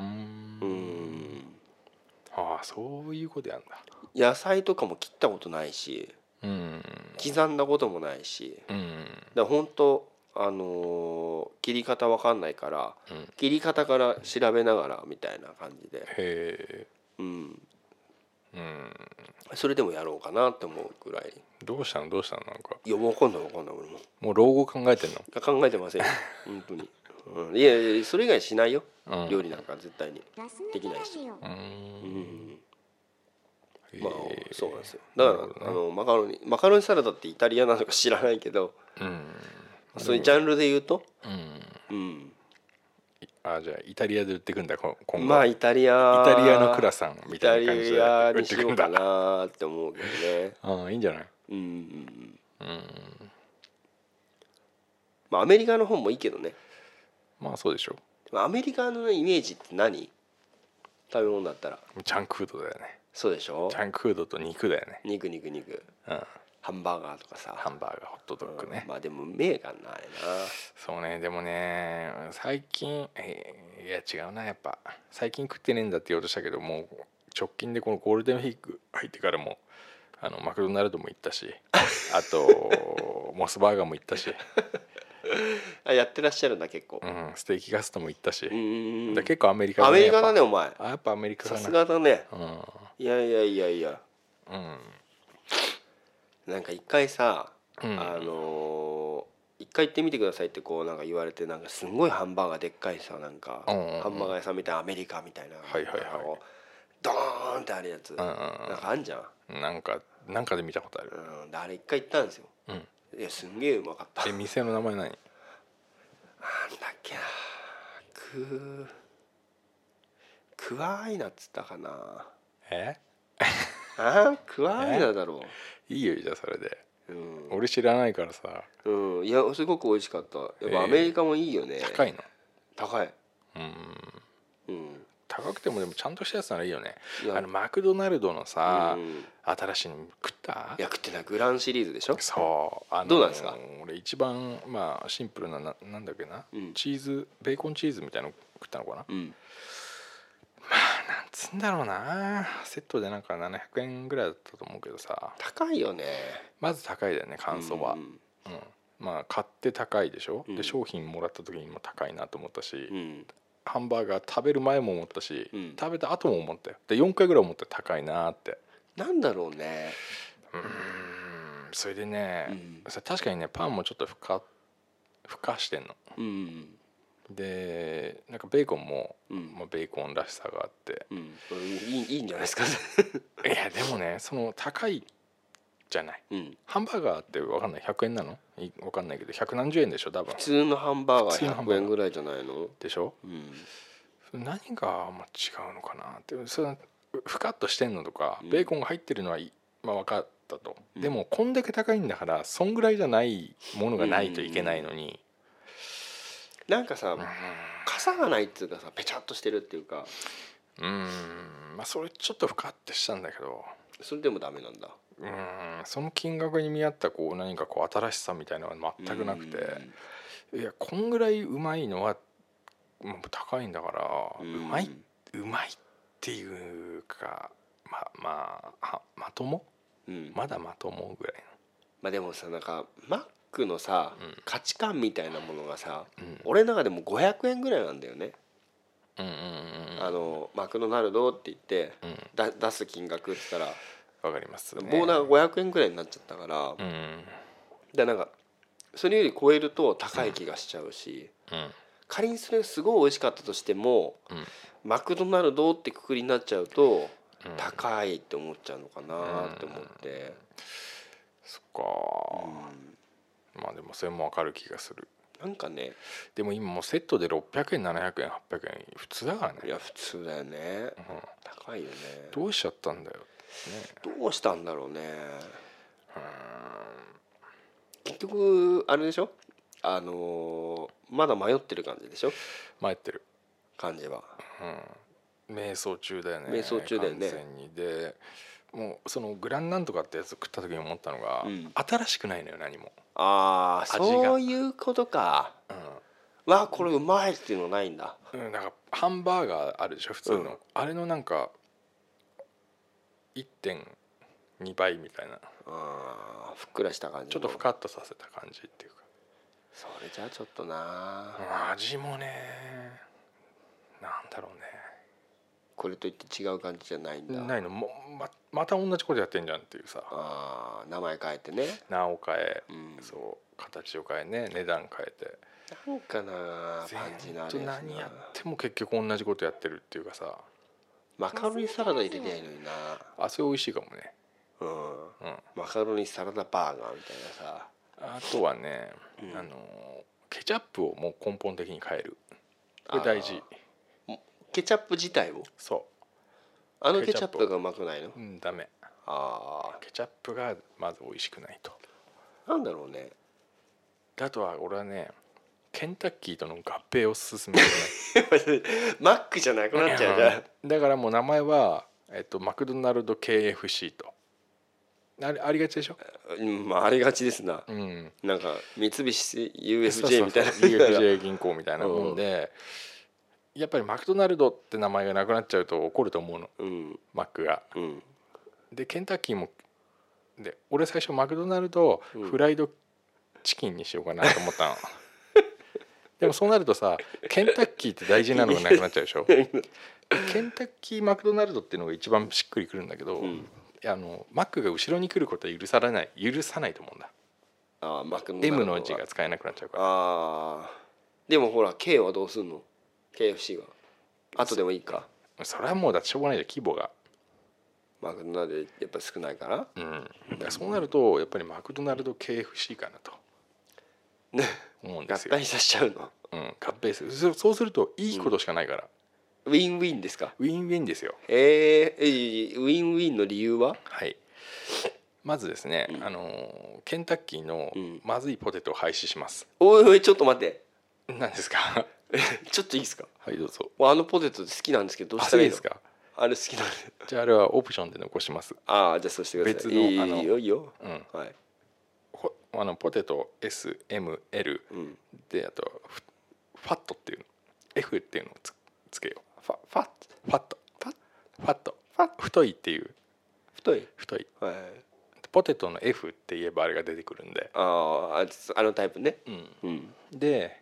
うんああそういうことやんだ。 野菜とかも切ったことないし、うん、刻んだこともないし、うん、だから本当あのー、切り方わかんないから、うん、切り方から調べながらみたいな感じで。へえ。 うん、 うん、 それでもやろうかなって思うぐらい。 どうしたのどうしたのなんか。 いや分かんない分かんない俺も。 もう老後考えてんの？ 考えてませんよ本当に、うん、いやいやそれ以外しないよ、うん、料理なんか絶対にできないし。うん、うんまあそうなんですよ。だから、ね、あのマカロニマカロニサラダってイタリアなのか知らないけど、うん、そういうジャンルで言うと、うん、うん、 あじゃあイタリアで売っていくんだ今後。 まあイタリアイタリアのクラさんみたいな感じで売っていくんだ。 イタリアにしようかなって思うけどね。 ああいいんじゃない。 うんうんうん。まあアメリカの方もいいけどね。 まあそうでしょ。 アメリカのイメージって何？食べ物だったら。 ジャンクフードだよね。 そうでしょ。 ジャンクフードと肉だよね。 肉肉肉。うん。ハンバーガーとかさ。 ハンバーガーホットドッグね。 うん、まあでもメーガンなあれな。 そうねでもね最近えー、いや違うなやっぱ最近食ってねえんだって言おうとしたけどもう直近でこのゴールデンウィーク入ってからもあのマクドナルドも行ったしあとモスバーガーも行ったしあやってらっしゃるんだ結構、 うん、ステーキガストも行ったしうんだ結構アメリカだねアメリカだねお前。 あやっぱアメリカだなさすがだね、 うん、 いやいやいやいや、うん、なんか一回さ、うん、あのー、一回行ってみてくださいってこうなんか言われてなんかすごいハンバーガーでっかいさなんか、うんうんうん、ハンバーガー屋さんみたいなアメリカみたいな、 はいはいはい、 ドーンってあるやつ、うんうんうん、なんかあんじゃんなんかなんかで見たことある、 うん、であれ一回行ったんですよ、うん、いやすんげえうまかった。 え店の名前何？ なんだっけなククワイナっつったかな。 えあクワイナだろう。いいよじゃあそれで、うん、俺知らないからさ、 うん、いやすごく美味しかった。やっぱアメリカもいいよね、 えー、高いの？ 高い。うん、 うん、高くてもでもちゃんとしたやつならいいよね。あのマクドナルドのさ、うん、新しいの食った？ いや食ってない。グランシリーズでしょ。 そうあのどうなんですか？ 俺一番まあシンプルな な, なんだっけな、うん、チーズベーコンチーズみたいなの食ったのかな、うん、まあなんつんだろうなセットでなんかななひゃくえんぐらいだったと思うけどさ。 高いよね。 まず高いだよね感想は、うんうん、まあ買って高いでしょ、うん、で商品もらった時にも高いなと思ったし、うん、ハンバーガー食べる前も思ったし、うん、食べた後も思ったよ。でよんかいぐらい思って高いなって。 なんだろうね。 うーんそれでね、うん、確かにねパンもちょっとふかふかしてんの、うん、でなんかベーコンも、うんまあ、ベーコンらしさがあって、うん、 いい、いいんじゃないですかいやでもねその高いじゃない、うん、ハンバーガーって分かんないひゃくえんなの分かんないけど百何十円でしょ多分。 普通のハンバーガーひゃくえんぐらいじゃないのでしょ、うん、何が違うのかなって。それふかっとしてんのとか、うん、ベーコンが入ってるのは、まあ、分かったと、うん、でもこんだけ高いんだからそんぐらいじゃないものがないといけないのに、 うん、なんかさ、うん、傘がないっていうかさペチャっとしてるっていうかうんまあそれちょっとふかってしたんだけどそれでもダメなんだ。 うんその金額に見合ったこう何かこう新しさみたいなのは全くなくて、いやこんぐらいうまいのはもう高いんだからうまいうまいっていうかまあまあまとも、うん、まだまともぐらいの。 まあでもさなんかマックのさ、うん、価値観みたいなものがさ、うん、俺の中でもごひゃくえんぐらいなんだよね。うんうんうん、あのマクドナルドって言って、うん、だ出す金額って言ったらわかりますね。 ボーナーがごひゃくえんぐらいになっちゃったから、うん、でなんかそれより超えると高い気がしちゃうし、うん、仮にそれがすごい美味しかったとしても、うん、マクドナルドってくくりになっちゃうと、うん、高いって思っちゃうのかなって思って、うん、 そっか、うん、まあでもそれもわかる気がする。 なんかねでも今もうセットでろっぴゃくえんななひゃくえんはっぴゃくえん普通だからね。 いや普通だよね、うん、高いよね。 どうしちゃったんだよ、ね、 どうしたんだろうね。うん結局あれでしょあのー、まだ迷ってる感じでしょ。 迷ってる感じは、 うん、瞑想中だよね。 瞑想中だよね完全に。でもうそのグランなんとかってやつ食った時に思ったのが、うん、新しくないのよ何も。 ああそういうことか、うん、わあこれうまいっていうのないんだ、 うん、なんかハンバーガーあるでしょ普通の、うん、あれのなんか いってんにばいみたいな、 あふっくらした感じ、 ちょっとふかっとさせた感じっていうか。 それじゃあちょっとな味もねなんだろうねここれといって違う感じじゃないんだ。 ないのも ま, また同じことやってんじゃんっていうさ。 あ名前変えてね。 名を変え、 うん、 そう形を変えね、値段変えてなんかな感じな。 全然何やっても結局同じことやってるっていうかさ。 マカロニサラダ入れりゃいいのにな。 あそれ美味しいかもね。 うん、うん、マカロニサラダバーガーみたいなさ。 あとはね、うん、あのケチャップをもう根本的に変える。これ大事。 ケチャップ自体を。 そうあのケチャップがうまくないの。 うん、ダメ。 あケチャップがまず美味しくないと。 なんだろうね。 あとは俺はねケンタッキーとの合併を進めるねマックじゃなくなっちゃうじゃん。 だからもう名前は、えっと、マクドナルド ケーエフシー と あ, ありがちでしょ。 うん、まあありがちですな、うん、なんか三菱 ユーエフジェー みたいな。 ユーエフジェー 銀行みたいなもんで、うん、やっぱりマクドナルドって名前がなくなっちゃうと怒ると思うの、うん、マックが、うん、でケンタッキーもで俺最初マクドナルドフライドチキンにしようかなと思ったの、うん、でもそうなるとさケンタッキーって大事なのがなくなっちゃうでしょ。ケンタッキーマクドナルドっていうのが一番しっくりくるんだけど、うん、あのマックが後ろに来ることは許されない許さないと思うんだ。 あマクドナルドエム の字が使えなくなっちゃうから。 あでもほら K はどうすんの。 ケーエフシー は後でもいいか。 それはもうだってしょうがないじゃん規模が。 マクドナルドやっぱ少ないから、 うん、だからそうなるとやっぱりマクドナルド ケーエフシー かなと思うんですよ。 合体させちゃうの、 うん、合併する。そうするといいことしかないから、 うん、ウィンウィンですか。 ウィンウィンですよ。 えー、ウィンウィンの理由は。 はいまずですね、うん、あのケンタッキーのまずいポテトを廃止します、 うん、おいおいちょっと待って。 何ですかちょっといいですか。 はいどうぞ。 あのポテト好きなんですけどどうしたらいいですか。あれ好きなんで。 じゃああれはオプションで残します。 ああじゃあそうしてください。別のいいあのいいよいいよ、うんはい、 あのポテト エスエムエル で、うん、あとファットっていうの F っていうのを つ, つけよう。 ファファッファットファッファットファッ太いっていう太い太い、 はい、 ポテトの F って言えばあれが出てくるんで。 あああのタイプね、 うんうん、で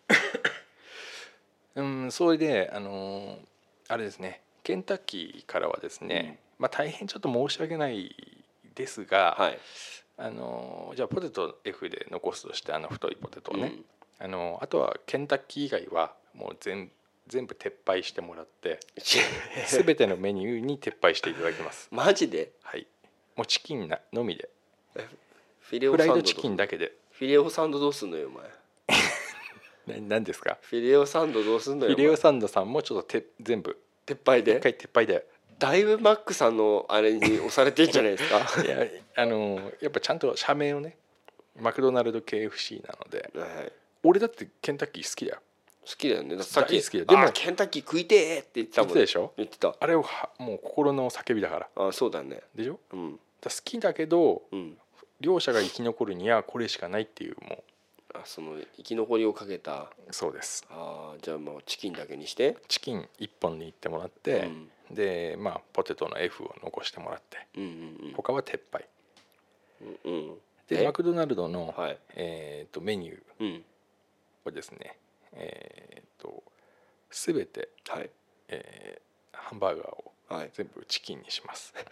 うんそれであのー、あれですねケンタッキーからはですね、うん、まあ大変ちょっと申し訳ないですが、はい、あのじゃあポテト F で残すとしてあの太いポテトをね、うん、あのあとはケンタッキー以外はもう全全部撤廃してもらって全てのメニューに撤廃していただきます。 マジで。 はいもうチキンなのみでフィレオフライドチキンだけで。 フィレオサンドどうすんのよお前何ですか。 フィレオサンドどうすんのよ。 フィレオサンドさんもちょっとて全部撤廃で。 一回撤廃で。 だいぶマックさんのあれに押されてんじゃないですか。 いやあのやっぱちゃんと社名をねマクドナルド ケーエフシー なので、はい、俺だってケンタッキー好きだよ。 好きだよね。さっき大好きだよ。でもケンタッキー食いてーって言ってたもん。 言ってたでしょ。 言ってた。 あれをはもう心の叫びだから。 あそうだね。 でしょ、 うん、 だ好きだけど、 うん、 両者が生き残るにはこれしかないっていうもうあその生き残りをかけた。 そうです。 あじゃあもうチキンだけにしてチキンいっぽんにいってもらって、うん、でまあポテトの F を残してもらって、うんうんうん、他は撤廃、うんうん、でマクドナルドの、はいえー、とメニューをですね、うんえー、と全て、はいえー、ハンバーガーを全部チキンにします、はい、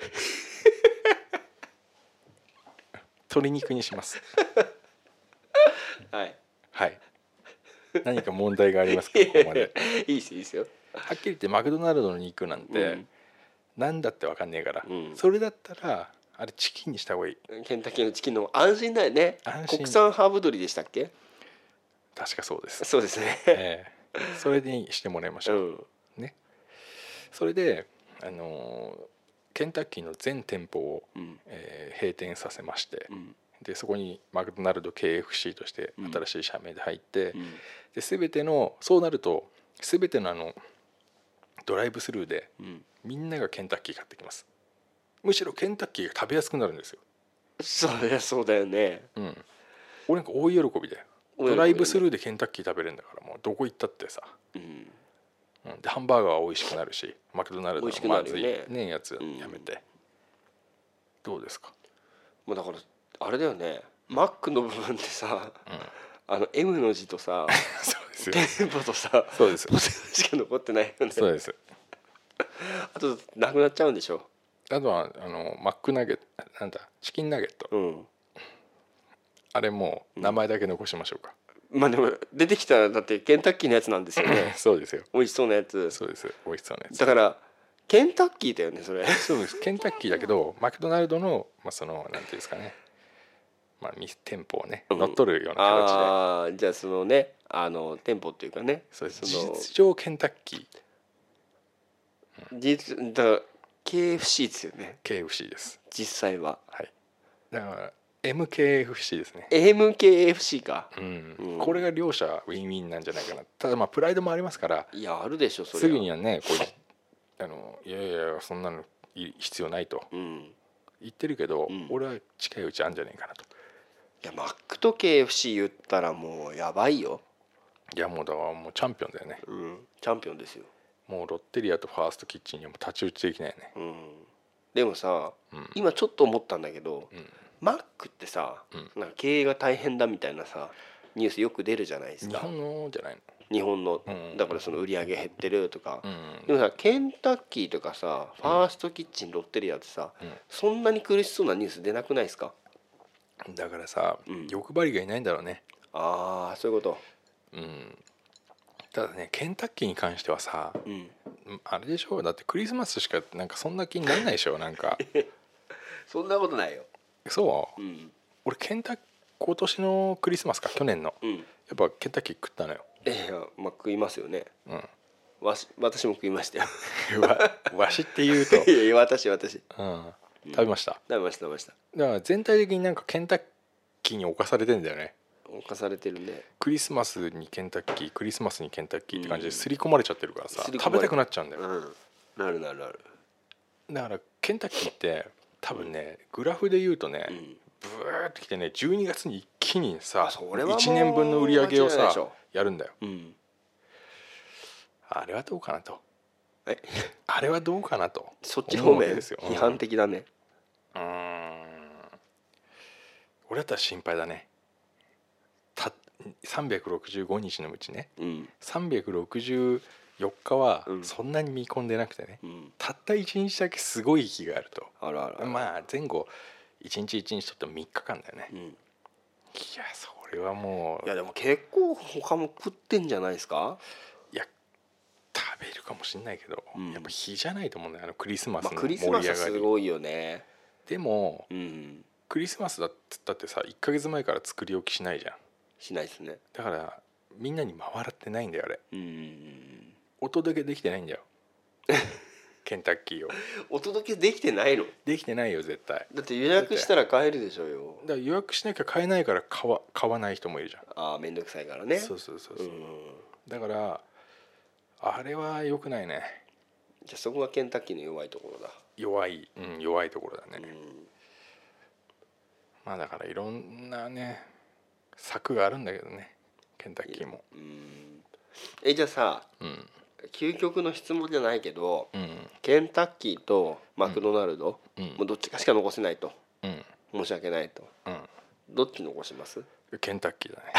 鶏肉にしますはいはい何か問題がありますかここまで。 いいですいいですよ。 はっきり言ってマクドナルドの肉なんて、うん、何だって分かんねえから、うん、それだったらあれチキンにした方がいい。 ケンタッキーのチキンの安心だよね。国産ハーブ鶏でしたっけ。 確かそうです。 そうですね、 えー、それにしてもらいましょう、うん、ね。それであのー、ケンタッキーの全店舗を、うんえー、閉店させまして、うんでそこにマクドナルド ケーエフシー として新しい社名で入って、うん、で全てのそうなると全てのあのドライブスルーで、うん、みんながケンタッキー買ってきます。むしろケンタッキーが食べやすくなるんですよ。 そうだよそうだよね、 うん、俺なんか大喜びでドライブスルーでケンタッキー食べれるんだからもうどこ行ったってさ、うんうん、でハンバーガーは美味しくなるしマクドナルドのまずいねねやつやめて、うん、どうですか。 もうだからあれだよね、マックの部分でさ、うん、あの エム の字とさそうですよ店舗とさそうですポテトしか残ってないよね。 そうですあとなくなっちゃうんでしょ。 あとはあのマックナゲットなんだチキンナゲット、 うん、 あれもう名前だけ残しましょうか、 うん、まあでも出てきたらだってケンタッキーのやつなんですよねそうですよ、 美味しそうなやつ。 そうです、美味しそうなやつだからケンタッキーだよねそれそうです、ケンタッキーだけどマクドナルドの、まあ、そのなんていうんですかね、まあ、店舗をね乗っ取るような形で、うん、 ああじゃあそのねあの店舗っていうかね、 そうです、事実上ケンタッキー、 うん、実だから ケーエフシー ですよね。 ケーエフシー です実際は。 はいだから エムケーエフシー ですね。 エムケーエフシー か、 うんうん、これが両者ウィンウィンなんじゃないかな。ただまあプライドもありますから、 いやあるでしょそれ。 すぐにはねこうあのいやいやそんなの必要ないと言ってるけど、うん、俺は近いうちあるんじゃないかなと。 いやマックと ケーエフシー 言ったらもうやばいよ。 いやもうだからもうチャンピオンだよね、 うん、チャンピオンですよ。 もうロッテリアとファーストキッチンにはもう太刀打ちできないね、 うん、でもさ、うん、今ちょっと思ったんだけど、うん、マックってさ、うん、なんか経営が大変だみたいなさニュースよく出るじゃないですか。 日本のじゃないの。 日本の、 うん、 だからその売り上げ減ってるとか、 うん、 でもさケンタッキーとかさファーストキッチンロッテリアってさ、うん、そんなに苦しそうなニュース出なくないですか。 だからさ、うん、欲張りがいないんだろうね。 ああそういうこと。 うんただねケンタッキーに関してはさ、うん、あれでしょだってクリスマスしかなんかそんな気にならないでしょなんかそんなことないよ。 そう、 うん、 俺ケンタッ今年のクリスマスか去年の、うん、やっぱケンタッキー食ったのよ。 いやまあ食いますよね、 うん、 わし私も食いましたよわ, わしって言うといやいや私私、 うん、食べました、 食べました食べました。 だから全体的になんかケンタッキーに侵されてんだよね。 侵されてるね。 クリスマスにケンタッキークリスマスにケンタッキーって感じで刷り込まれちゃってるからさ、うん、食べたくなっちゃうんだよ、 うん、なるなるなる。 だからケンタッキーって多分ねグラフで言うとね、うん、ブーってきてねじゅうにがつに一気にさいちねんぶんの売り上げをさやるんだよ、うん、あれはどうかなと。 えあれはどうかなと。 そっち方面ですよ、批判的だね。 うん、うん俺だったら心配だね。たさんびゃくろくじゅうごにちのうちね、うん、さんびゃくろくじゅうよっかはそんなに見込んでなくてね、うん、たったいちにちだけすごい日があると。 あらあら。 まあ前後いちにちいちにちとってもみっかかんだよね、うん、いやそれはもういやでも結構他も食ってんじゃないですか。 いや食べるかもしれないけど、うん、やっぱ日じゃないと思うんだよあのクリスマスの盛り上がり、まあ、クリスマスすごいよね。 でも、うん、クリスマスだっつったってさいっかげつまえから作り置きしないじゃん。 しないですね。 だからみんなに回らってないんだよあれ。 うん。 お届けできてないんだよケンタッキーを。 お届けできてないの？ できてないよ絶対。 だって予約したら買えるでしょうよ。 だから予約しなきゃ買えないから買わ、買わない人もいるじゃん。 ああめんどくさいからね。 そうそうそうそう。だからあれは良くないね。 じゃあそこがケンタッキーの弱いところだ。 弱い、うん、弱いところだね。うん、まあだからいろんなね策があるんだけどねケンタッキーも。うんえじゃあさ、うん、究極の質問じゃないけど、うん、ケンタッキーとマクドナルド、うん、もうどっちかしか残せないと、うん、申し訳ないと、うん、どっち残します？ ケンタッキーだね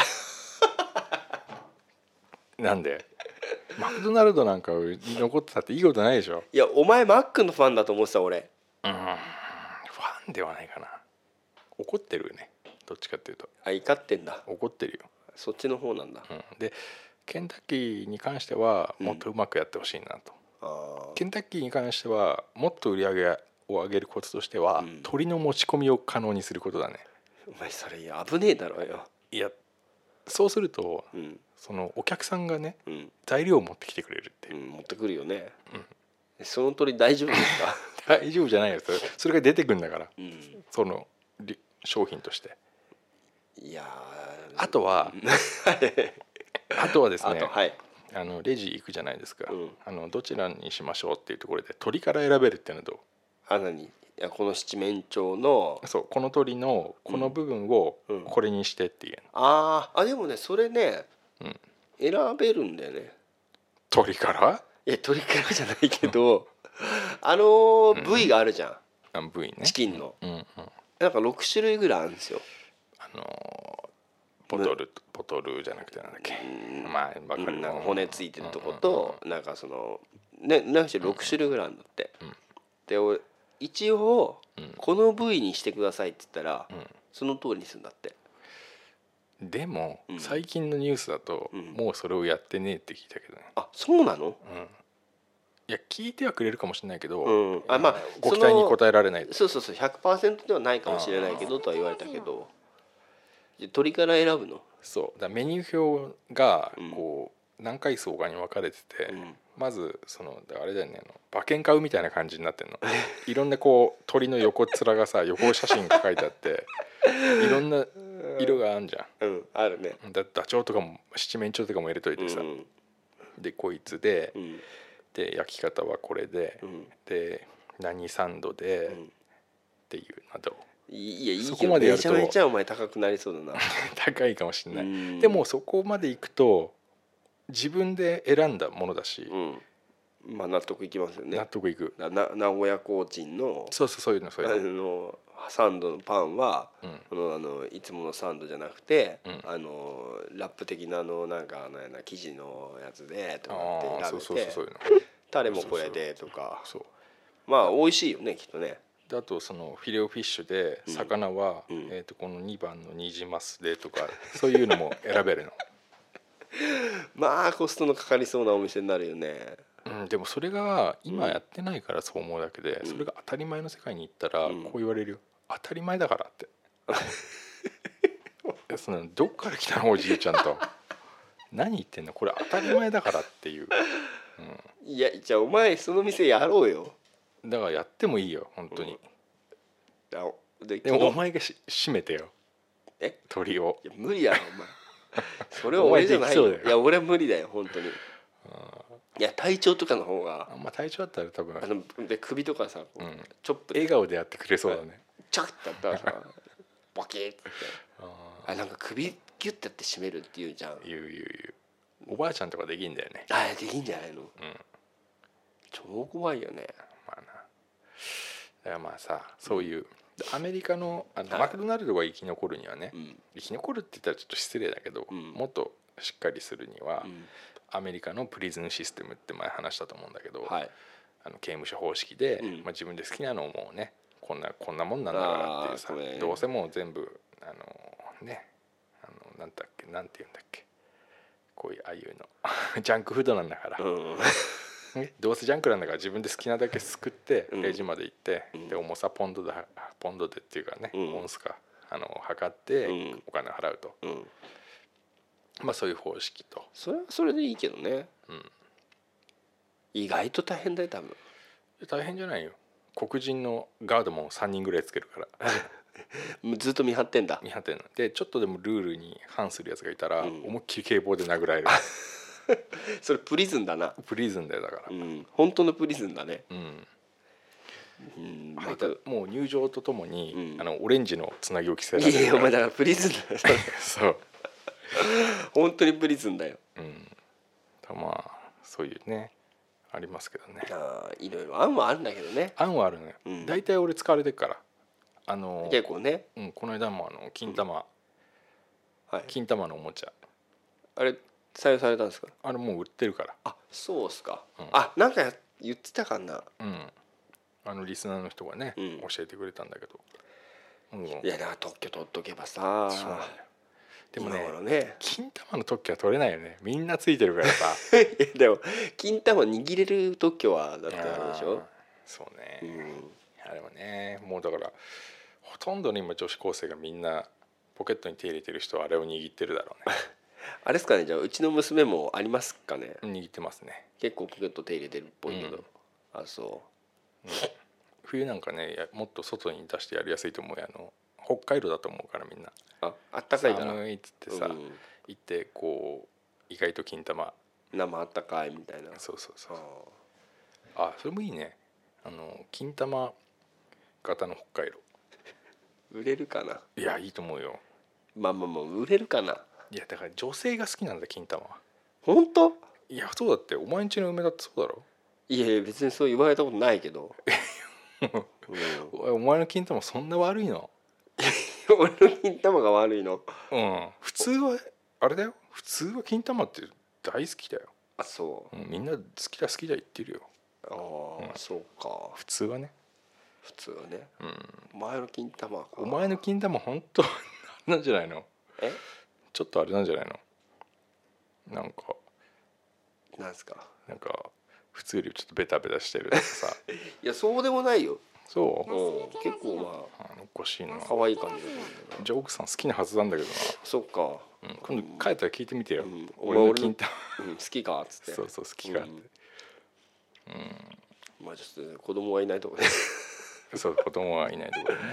なんでマクドナルドなんか残ってたっていいことないでしょ。 いやお前マックのファンだと思ってた俺。 うんファンではないかな。怒ってるよねどっちかっていうと。 あ怒ってんだ。 怒ってるよそっちの方なんだ、 うん、でケンタッキーに関してはもっとうまくやってほしいなと、うん、ケンタッキーに関してはもっと売り上げを上げるコツとしては、うん、鶏の持ち込みを可能にすることだね。 お前それ危ねえだろよ。 いやそうすると、うん、そのお客さんがね、うん、材料を持ってきてくれるって、 うん、持ってくるよね、うん、その鶏大丈夫ですか大丈夫じゃないよそれ、それが出てくるんだから、うん、その商品として。 いやあとはあとはですね、 はい、 あのレジ行くじゃないですか、うん、あのどちらにしましょうっていうところで鶏から選べるっていうのはどう？ あ何？いやこの七面鳥のそうこの鶏のこの部分をこれにしてっていう、うんうん、 ああでもねそれね、うん、選べるんだよね。 鶏から？ いや鶏からじゃないけどあの部位があるじゃん、 うん、部位ねチキンの、 うんうん、 なんかろくしゅるいぐらいあるんですよ。 あのボトルボトルじゃなくてなんだっけ、まあ分かるなんか骨ついてるとこと、うんうんうん、なんかそのねなんかろく種類ぐらいあるんだって、うん、で俺一応、うん、この部位にしてくださいって言ったら、うん、その通りにするんだって。 でも、うん、最近のニュースだと、うん、もうそれをやってねえって聞いたけどね。 あ、そうなの？うん、 いや聞いてはくれるかもしれないけど、 うん、あまあご期待に応えられない。 そうそうそう ひゃくパーセント ではないかもしれないけどとは言われたけど、鶏から選ぶの？ そうだ、メニュー表がこう、うん、何階層かに分かれてて、うん、まずそのあれだよね、馬券買うみたいな感じになってるのいろんなこう鳥の横っ面がさ横写真が書いてあっていろんな色があるじゃん、 うん、あるね。 だダチョウとかも七面鳥とかも入れといてさ、うん、でこいつで、うん、で焼き方はこれで、うん、で何サンドで、うん、っていうなどいやいいけどめちゃめちゃお前高くなりそうだな高いかもしれない。でもそこまでいくと自分で選んだものだし、 うん、まあ納得いきますよね。 納得いく。 な名古屋コーチンのそうそうそういうのそういうののサンドのパンは、うん、このあのいつものサンドじゃなくて、うん、あのラップ的なのなんかあの生地のやつでとかって選べて、タレもこれでとか、そうまあ美味しいよねきっとね。 であとそのフィレオフィッシュで魚は、うん、えー、とこのにばんのニジマスでとかそういうのも選べるのまあコストのかかりそうなお店になるよね。 うん、でもそれが今やってないからそう思うだけで、うん、それが当たり前の世界に行ったらこう言われるよ、当たり前だからってそのどっから来たのおじいちゃんと何言ってんのこれ当たり前だからっていう、 うん、いやじゃあお前その店やろうよ。 だからやってもいいよ本当に、 うん、で, でもお前がし締めてよえ鳥を。 いや無理やろお前それは俺じゃないよ。いや俺は無理だよ本当に。いや体調とかの方があ、まあ、体調だったら多分あので首とかさ、うん、チョップ笑顔でやってくれそうだね。 チャッてやったらさボキッってあなんか首ギュッてやって締めるって言うじゃん。 言う言う言う。おばあちゃんとかできんだよね。 あできんじゃないの、うん、超怖いよね。 まあなだからまあさそういう、うん、アメリカ の, あのマクドナルドが生き残るにはね、うん、生き残るって言ったらちょっと失礼だけど、うん、もっとしっかりするには、うん、アメリカのプリズンシステムって前話したと思うんだけど、はい、あの刑務所方式で、うんまあ、自分で好きなのをもうねこんなこんなもんなんだからっていうさ、どうせもう全部あのねあのなんだっけなんて言うんだっけこういうああいうのジャンクフードなんだから、うんどうせジャンクなんだから自分で好きなだけすくってレジまで行って、うん、で重さポンドでポンドでっていうかね、うん、オンスかあの測ってお金を払うと、うん、まあそういう方式と。 それはそれでいいけどね、うん、意外と大変だよ多分。 大変じゃないよ。黒人のガードもさんにんぐらいつけるからずっと見張ってんだ。 見張ってんのでちょっとでもルールに反するやつがいたら、うん、思いっきり警棒で殴られるそれプリズンだな。 プリズンだよだから、 うん、本当のプリズンだね。うん、 うん、またもう入場とともに、うん、あのオレンジのつなぎを着せられる。 いやお前だからプリズンだよそう本当にプリズンだよ。うん、 まあそういうねありますけどね。 あいろいろ案はあるんだけどね。 案はあるのよ、うん、大体俺使われてるからあの結構ね、 うん、この間もあの金玉、うんはい、金玉のおもちゃあれ採用されたんですか。 あれもう売ってるから。 あそうっすか、うん、あなんか言ってたかな、 うん、あのリスナーの人がね、うん、教えてくれたんだけど、 うん、いやだから特許取っとけばさ。そうなんだよ。 でも ね, ね金玉の特許は取れないよね。みんなついてるからさでも金玉握れる特許はだってあるでしょ。 そうね、うん、あれもねもうだからほとんどの今女子高生がみんなポケットに手入れてる人はあれを握ってるだろうねあれですかね。じゃあうちの娘もありますかね。 握ってますね。 結構ポケット手入れてるっぽいけど、うん、あそう、 うん、冬なんかねもっと外に出してやりやすいと思うよ。あの北海道だと思うからみんなああったかいから寒いっつってさ、うん、行ってこう意外と金玉生あったかいみたいな。 そうそうそう。あそれもいいね。あの金玉型の北海道売れるかな。 いやいいと思うよ。 まあまあまあ売れるかな。 いやだから女性が好きなんだ金玉は。 本当？ いやそうだってお前んちの梅だってそうだろ。 いやいや別にそう言われたことないけど、 うん、お前の金玉そんな悪いの俺の金玉が悪いの。 うん普通はあれだよ。普通は金玉って大好きだよ。 あそう、 うん、みんな好きだ好きだ言ってるよ。 ああ、うん、そうか。 普通はね普通はね、 うん、 お前の金玉か。 お前の金玉本当なんじゃないの。 えちょっとあれなんじゃないの。なんかなんすか。 なんか普通よりちょっとベタベタしてるとかさいやそうでもないよ。 そう、 うん、結構まあおかしいな。 可愛い感じだと思うんだよな。 じゃあ奥さん好きなはずなんだけどな。 そっか、 うん、今度帰ったら聞いてみてよ、うん、 俺の金玉、 うん、好きかっつって。 そうそう好きかって、うん、うん、 まあちょっと子供がいないとこでそう子供はいないところね、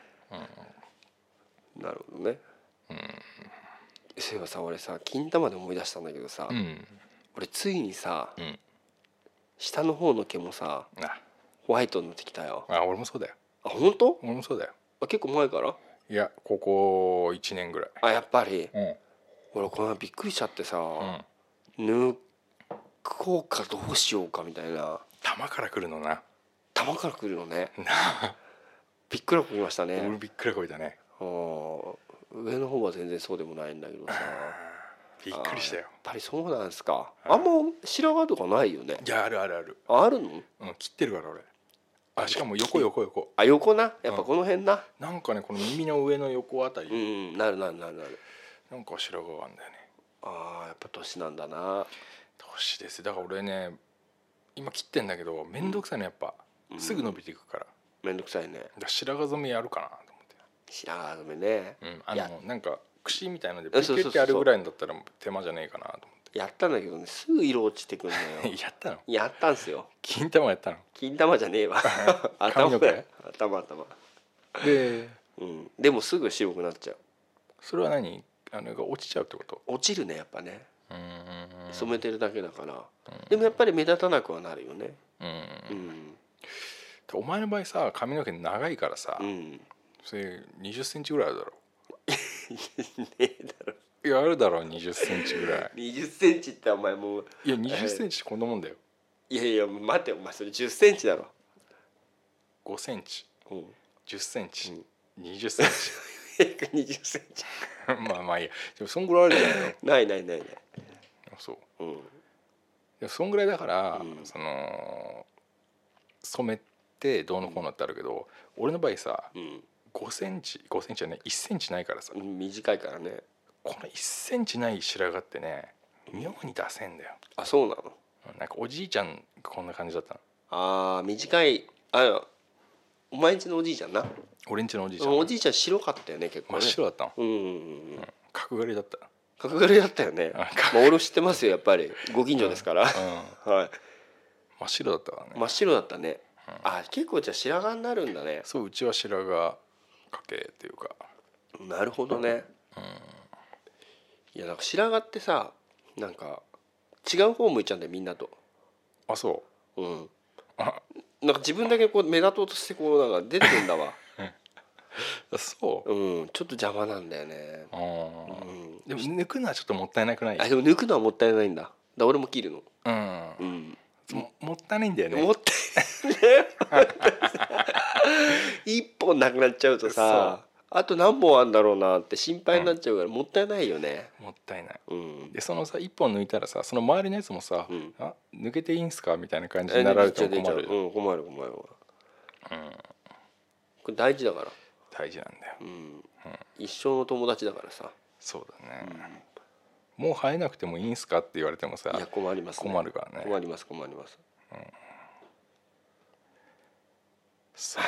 うん、なるほどね、うん、そういえばさ俺さ金玉で思い出したんだけどさ、うん、俺ついにさ、うん、下の方の毛もさホワイトになってきたよ。 あ俺もそうだよ。 あ本当？ 俺もそうだよ。 あ結構前から？ いやここいちねんぐらい。 あやっぱり、うん、俺この前びっくりしちゃってさ、うん、抜こうかどうしようかみたいな。 玉から来るのな。 玉から来るのねびっくらこきましたね。 俺びっくらこいたね。 あ上の方は全然そうでもないんだけどさびっくりしたよ。 やっぱりそうなんですか。あんま白髪とかないよね。 いやあるあるある。 あるの？ うん切ってるから俺。あしかも横横横。 あ横なやっぱこの辺な、 うん、なんかねこの耳の上の横あたりうんなるなるなるなるなんか白髪があるんだよね。 ああやっぱ年なんだな。 年です。だから俺ね今切ってんだけどめんどくさいのやっぱ、うん、すぐ伸びていくからめんどくさいね。 だ白髪染めやるかなと思って。 白髪染めね、 うん、あのなんか櫛みたいのでピュッてあるぐらいだったら手間じゃねえかなと思って。 やったんだけどねすぐ色落ちてくるんだよやったの？ やったんすよ。 金玉やったの？ 金玉じゃねえわ頭だよ頭頭で、うん、でもすぐ白くなっちゃう。 それは何あのが落ちちゃうってこと？ 落ちるねやっぱね。うん染めてるだけだから、うん、でもやっぱり目立たなくはなるよね。うん、うん、 お前の場合さ髪の毛長いからさ、うん、それにじゅっセンチぐらいあるだろねえだろ。 いやあるだろにじゅっセンチぐらいにじゅっセンチってお前もういやにじゅっセンチってこんなもんだよ。 いやいや待ってお前それじゅっセンチだろ。 ごセンチ、うん、じゅっセンチ、うん、にじゅっセンチにじゅっセンチまあまあいいや。でもそんぐらいあるじゃないの。 ないないないない。 そう、うん、でもそんぐらいだから、うん、その染めてどうのこうのってあるけど、うん、俺の場合さ、うん、ごセンチごセンチはねいっセンチないからさ、 うん、短いからね。 このいっセンチない白髪ってね妙に出せんだよ。 あそうなの。 なんかおじいちゃんこんな感じだったの。 あー短いあお前んちのおじいちゃんな。 俺んちのおじいちゃんおじいちゃん白かったよね結構ね。 真っ白だったの。 うんうんうん、 角刈りだった。 角刈りだったよね。まあ俺知ってますよやっぱりご近所ですから、うんうん、はい真っ白だったからね。 真っ白だったね、うん、あ結構じゃあ白髪になるんだね。 そううちは白髪家系っていうか。 なるほどね、うん、いやなんか白髪ってさなんか違う方向いちゃうんだよみんなと。 あそう。 うんあなんか自分だけこう目立とうとしてこうなんか出てるんだわそう、 うん、ちょっと邪魔なんだよね。あ、 うん、でも抜くのはちょっともったいなくない？ あでも抜くのはもったいないんだ。だ俺も切るの。うん、 うん、も, もったいないんだよね。 もったいない一本なくなっちゃうとさあと何本あるんだろうなって心配になっちゃうから、うん、もったいないよね。 もったいない、うん、でそのさ一本抜いたらさその周りのやつもさ、うん、あ抜けていいんすかみたいな感じになられても困る。 うん、困る困る、うん、これ大事だから大事なんだよ、うんうん、 一生の友達だからさ。 そうだね、うん、もう生えなくてもいいんすかって言われてもさいや困ります、ね、 困るからね。 困ります困ります、うん、 そう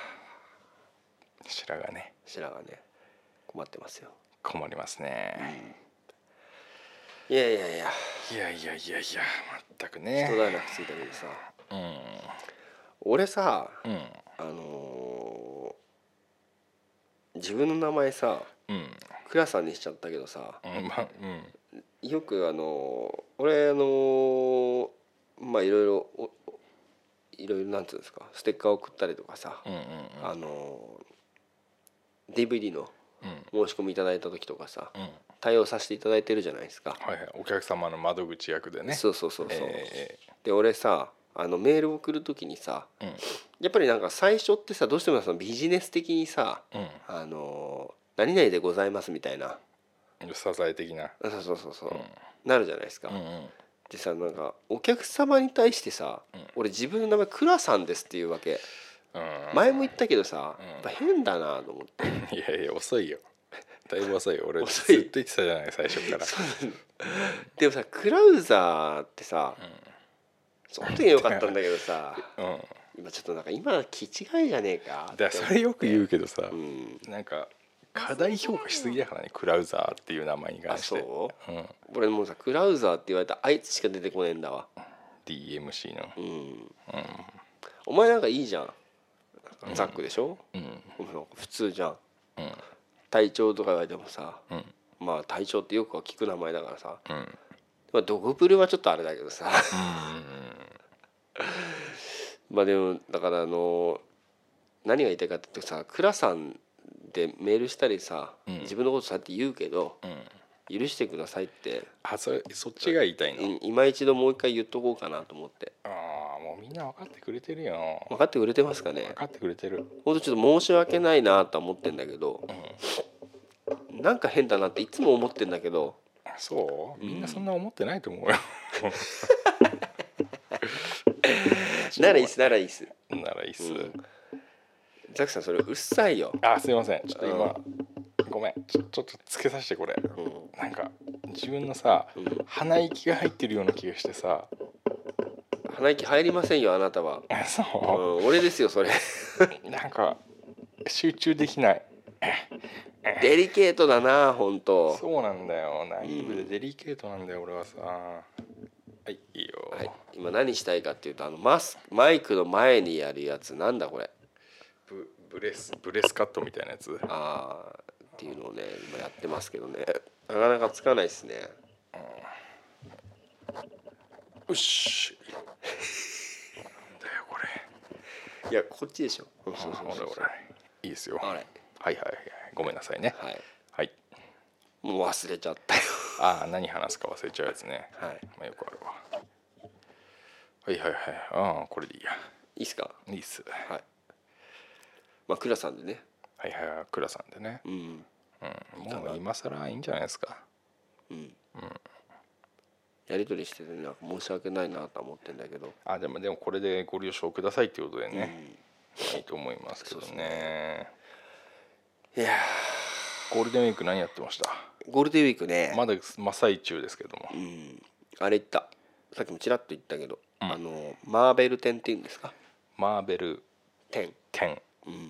白髪ね白髪ね困ってますよ。 困りますね、 うん、いやいやいやいやいやいやいや全くね一段落ついたけどさ、うん、俺さ、うん、あのー、自分の名前さ、うん、クラさんにしちゃったけどさ、うんまうん、よくあのー、俺あのー、まあいろいろいろいろなんていうんですかステッカーを送ったりとかさ、うんうんうん、あのー、ディーブイディー の申し込みいただいた時とかさ、うん、対応させていただいてるじゃないですか、 はいはい、お客様の窓口役でね。 そうそうそうそう、えー、で俺さあのメールを送る時にさ、うん、やっぱりなんか最初ってさどうしてもそのビジネス的にさ、うん、あの何々でございますみたいな謝罪的なそうそうそうそう、うん、なるじゃないですか、うんうん、 でさ、なんかお客様に対してさ、うん、俺自分の名前クラさんですっていうわけ、うん、前も言ったけどさ、うん、やっぱ変だなと思っていやいや遅いよ、だいぶ遅いよ、俺ずっと言ってたじゃない最初からでもさクラウザーってさ、うん、その時は良かったんだけどさ、うん、今ちょっとなんか今気違いじゃねえかって。だからそれよく言うけどさ、うん、なんか過大評価しすぎだからね、クラウザーっていう名前に関して。あ、そう、うん、俺もうさクラウザーって言われたらあいつしか出てこねえんだわ、 ディーエムシー の、うんうん、お前なんかいいじゃん、ザックでしょ、うん、普通じゃん、うん、隊長とか言われてもさ、うん、まあ隊長ってよくは聞く名前だからさ、うん、まあ、ドグプルはちょっとあれだけどさ、うん、まあでもだからあの何が言いたいかっていうとさ、クラさんでメールしたりさ、うん、自分のことそうやって言うけど、うん、許してくださいって、あ、それそっちが言いたいの、今一度もう一回言っとこうかなと思って。ああ、もうみんな分かってくれてるよ。分かってくれてますかね。分かってくれてる。ほんとちょっと申し訳ないなと思ってんだけど、うん、なんか変だなっていつも思ってんだけど。そう？みんなそんな思ってないと思うよ、うん、ならいいっすならいいっすならいいっす、うん、ザクさんそれうっさいよ。あ、すいません、ちょっと今、うん、ごめん、ちょ、ちょっとつけさせてこれ、うん、なんか自分のさ、うん、鼻息が入ってるような気がしてさ。鼻息入りませんよあなたは。そう、うん、俺ですよそれなんか集中できない。デリケートだな本当。そうなんだよ、ナイーブでデリケートなんだよ、うん、俺はさ。はいいいよ、はい、今何したいかっていうと、あのマスマイクの前にやるやつ、なんだこれ、ブ, ブレスブレスカットみたいなやつ、ああっていうのをね今やってますけどね、なかなかつかないですね、うん、よしなんだよこれ。いやこっちでしょ。そうそうそうそう、いいですよ。はいはいはい、ごめんなさいね。はい、はい、もう忘れちゃったよああ、何話すか忘れちゃうやつね。はい、まあ、よくあるわ。はいはいはい、ああこれでいいや。いいっすか。いいっす。はい。まあクラさんでね。はいはいはい、クラさんでね。うん。うん、もう今更いいんじゃないですか。うん。うん。やり取りしててなんか申し訳ないなと思ってんだけど。あ、でもでもこれでご了承くださいっていうことでね。うん、いいと思いますけどね。いやゴールデンウィーク何やってました？ゴールデンウィークね、まだ真っ最中ですけども、うん、あれ言った、さっきもちらっと言ったけど、うん、あのマーベル展っていうんですか、マーベル展展、うん、うん、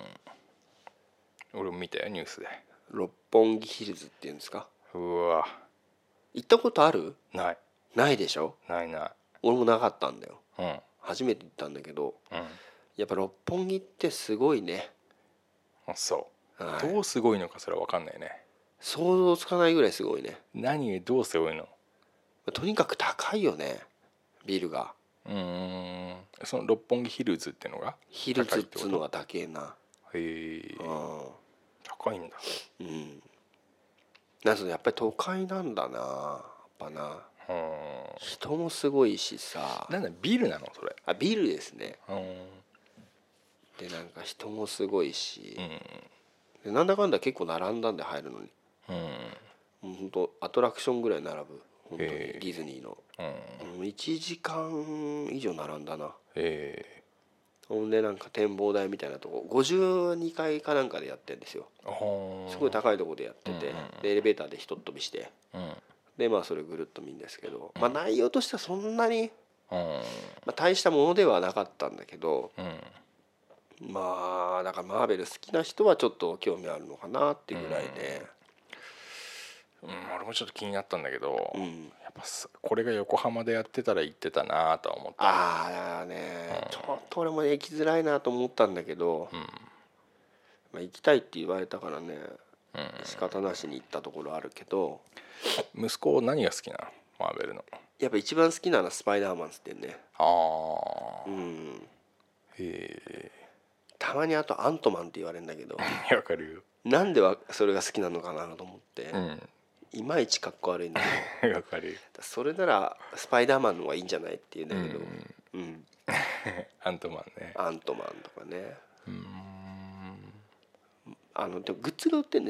俺も見たよニュースで。六本木ヒルズっていうんですか。うわ、行ったことある？ない。ないでしょ。ないない。俺もなかったんだよ、うん、初めて行ったんだけど、うん、やっぱ六本木ってすごいね。あ、そう、はい、どうすごいのかそれは分かんないね。想像つかないぐらいすごいね。何どうすごいの？とにかく高いよねビルが。うーん、その六本木ヒルズってのがヒルズっつうのが高えな。へえ、高いんだ。うん、なんかやっぱり都会なんだなやっぱな。うん、人もすごいしさ。なんだビルなのそれ？あ、ビルですね。うん、でなんか人もすごいし、うん、でなんだかんだ結構並んだんで入るのに、うん、ほんとアトラクションぐらい並ぶ本当にディズニーの、うん、いちじかん以上並んだな。へー。ほんでなんか展望台みたいなとこごじゅうにかいかなんかでやってるんですよ。すごい高いところでやってて、うんうん、でエレベーターでひとっ飛びして、うん、でまあそれぐるっと見るんですけど、まあ内容としてはそんなに、うん、まあ、大したものではなかったんだけど、うん、まあだからマーベル好きな人はちょっと興味あるのかなっていうぐらいで、うん、うん、俺もちょっと気になったんだけど、うん、やっぱこれが横浜でやってたら行ってたなとは思った。ああね、うん、ちょっと俺も行きづらいなと思ったんだけど、うん、まあ、行きたいって言われたからね、うん、仕方なしに行ったところあるけど。息子何が好きなのマーベルの？やっぱ一番好きなのはスパイダーマンってね。ああ、うん、へえ。たまにあとアントマンって言われるんだけどわかるよ。なんではそれが好きなのかなと思って、うん、いまいちかっこ悪いんだけどわかるよ。それならスパイダーマンの方がいいんじゃないっていうんだけど、うん、うん、アントマンね。アントマンとかね。うーん、あのでもグッズが売ってるんですよ、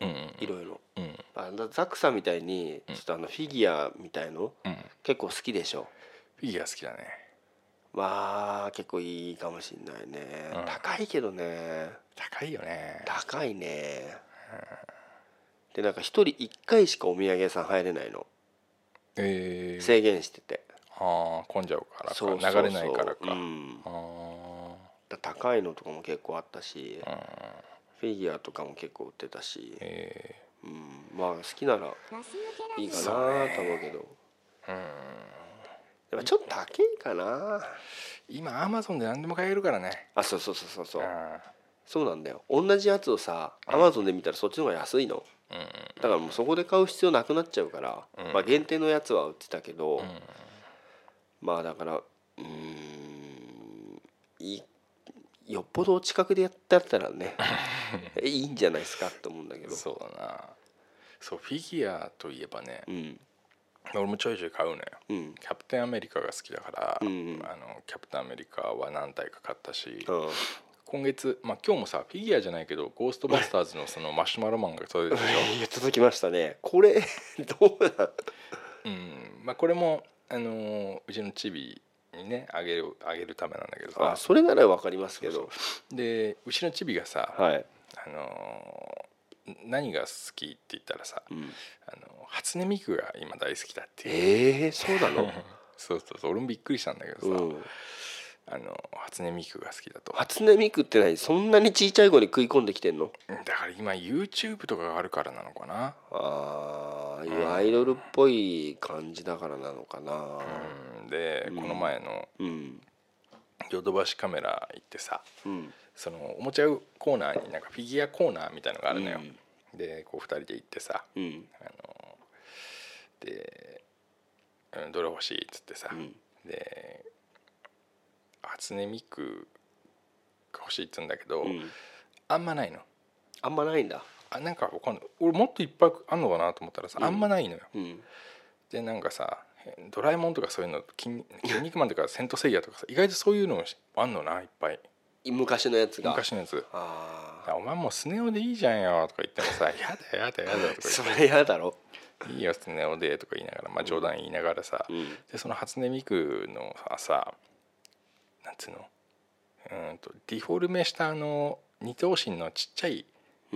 うんうん、 いろいろ、 うん、 あザックさんみたいにちょっとあのフィギュアみたいの、うん、結構好きでしょ。 フィギュア好きだね。 まあ結構いいかもしんないね、うん、高いけどね。 高いよね。 高いね、うん、でなんか一人一回しかお土産屋さん入れないの、えー、制限してて。 ああ混んじゃうからか。そうそうそう、流れないからか、うん、 あだ高いのとかも結構あったし、うん、フィギュアとかも結構売ってたし、えーうん、まあ好きならいいかなと思うけど、うん、やっぱちょっと高いかな。 今アマゾンで何でも買えるからね。 あ、そうそうそうそうそう、うん、そうなんだよ。同じやつをさアマゾンで見たらそっちの方が安いの、うん、だからもうそこで買う必要なくなっちゃうから、うん、まあ限定のやつは売ってたけど、うん、まあだからうーんいよっぽど近くでやったらねいいんじゃないですかと思うんだけど。 そうだな。そうフィギュアといえばね、うん、俺もちょいちょい買うのよ、うん、キャプテンアメリカが好きだから、うんうん、あのキャプテンアメリカは何体か買ったし、うん、今月、まあ、今日もさフィギュアじゃないけどゴーストバスターズのそのマシュマロマンが届いたでしょ届きましたね。これどうなうんまあこれもあのー、うちのチビにねあげるあげるためなんだけどさ。 あそれなら分かりますけど。そうそうでうちのチビがさ、はい、あのー、何が好きって言ったらさ、うん、あの初音ミクが今大好きだっていう。 えー、そうなのそうそうそう俺もびっくりしたんだけどさ、うん、あの初音ミクが好きだと。 初音ミクって何そんなにちいちゃい子に食い込んできてんの。 だから今 YouTube とかがあるからなのかな。 ああ、うん、アイドルっぽい感じだからなのかな、 うん、で、うん、この前のヨドバシカメラ行ってさ、うん、そのおもちゃコーナーになんかフィギュアコーナーみたいのがあるのよ、うん、でこうふたりで行ってさ、うん、あのでどれ欲しいっつってさ、うん、で初音ミクが欲しいっつうんだけど、うん、あんまないの。 あんまないんだ。 あなんかわかんない俺もっといっぱいあんのかなと思ったらさ、うん、あんまないのよ、うん、でなんかさドラえもんとかそういうの筋肉マンとかセントセイヤとかさ意外とそういうのあんのないっぱい昔のやつが。 昔のやつ。あお前もうスネ夫でいいじゃんよとか言ってもさやだやだやだとか言ってそれやだろいいよスネ夫でとか言いながら、まあ、冗談言いながらさ、うん、でその初音ミクのさなんつうのうんとディフォルメしたあの二頭身のちっちゃい、うん、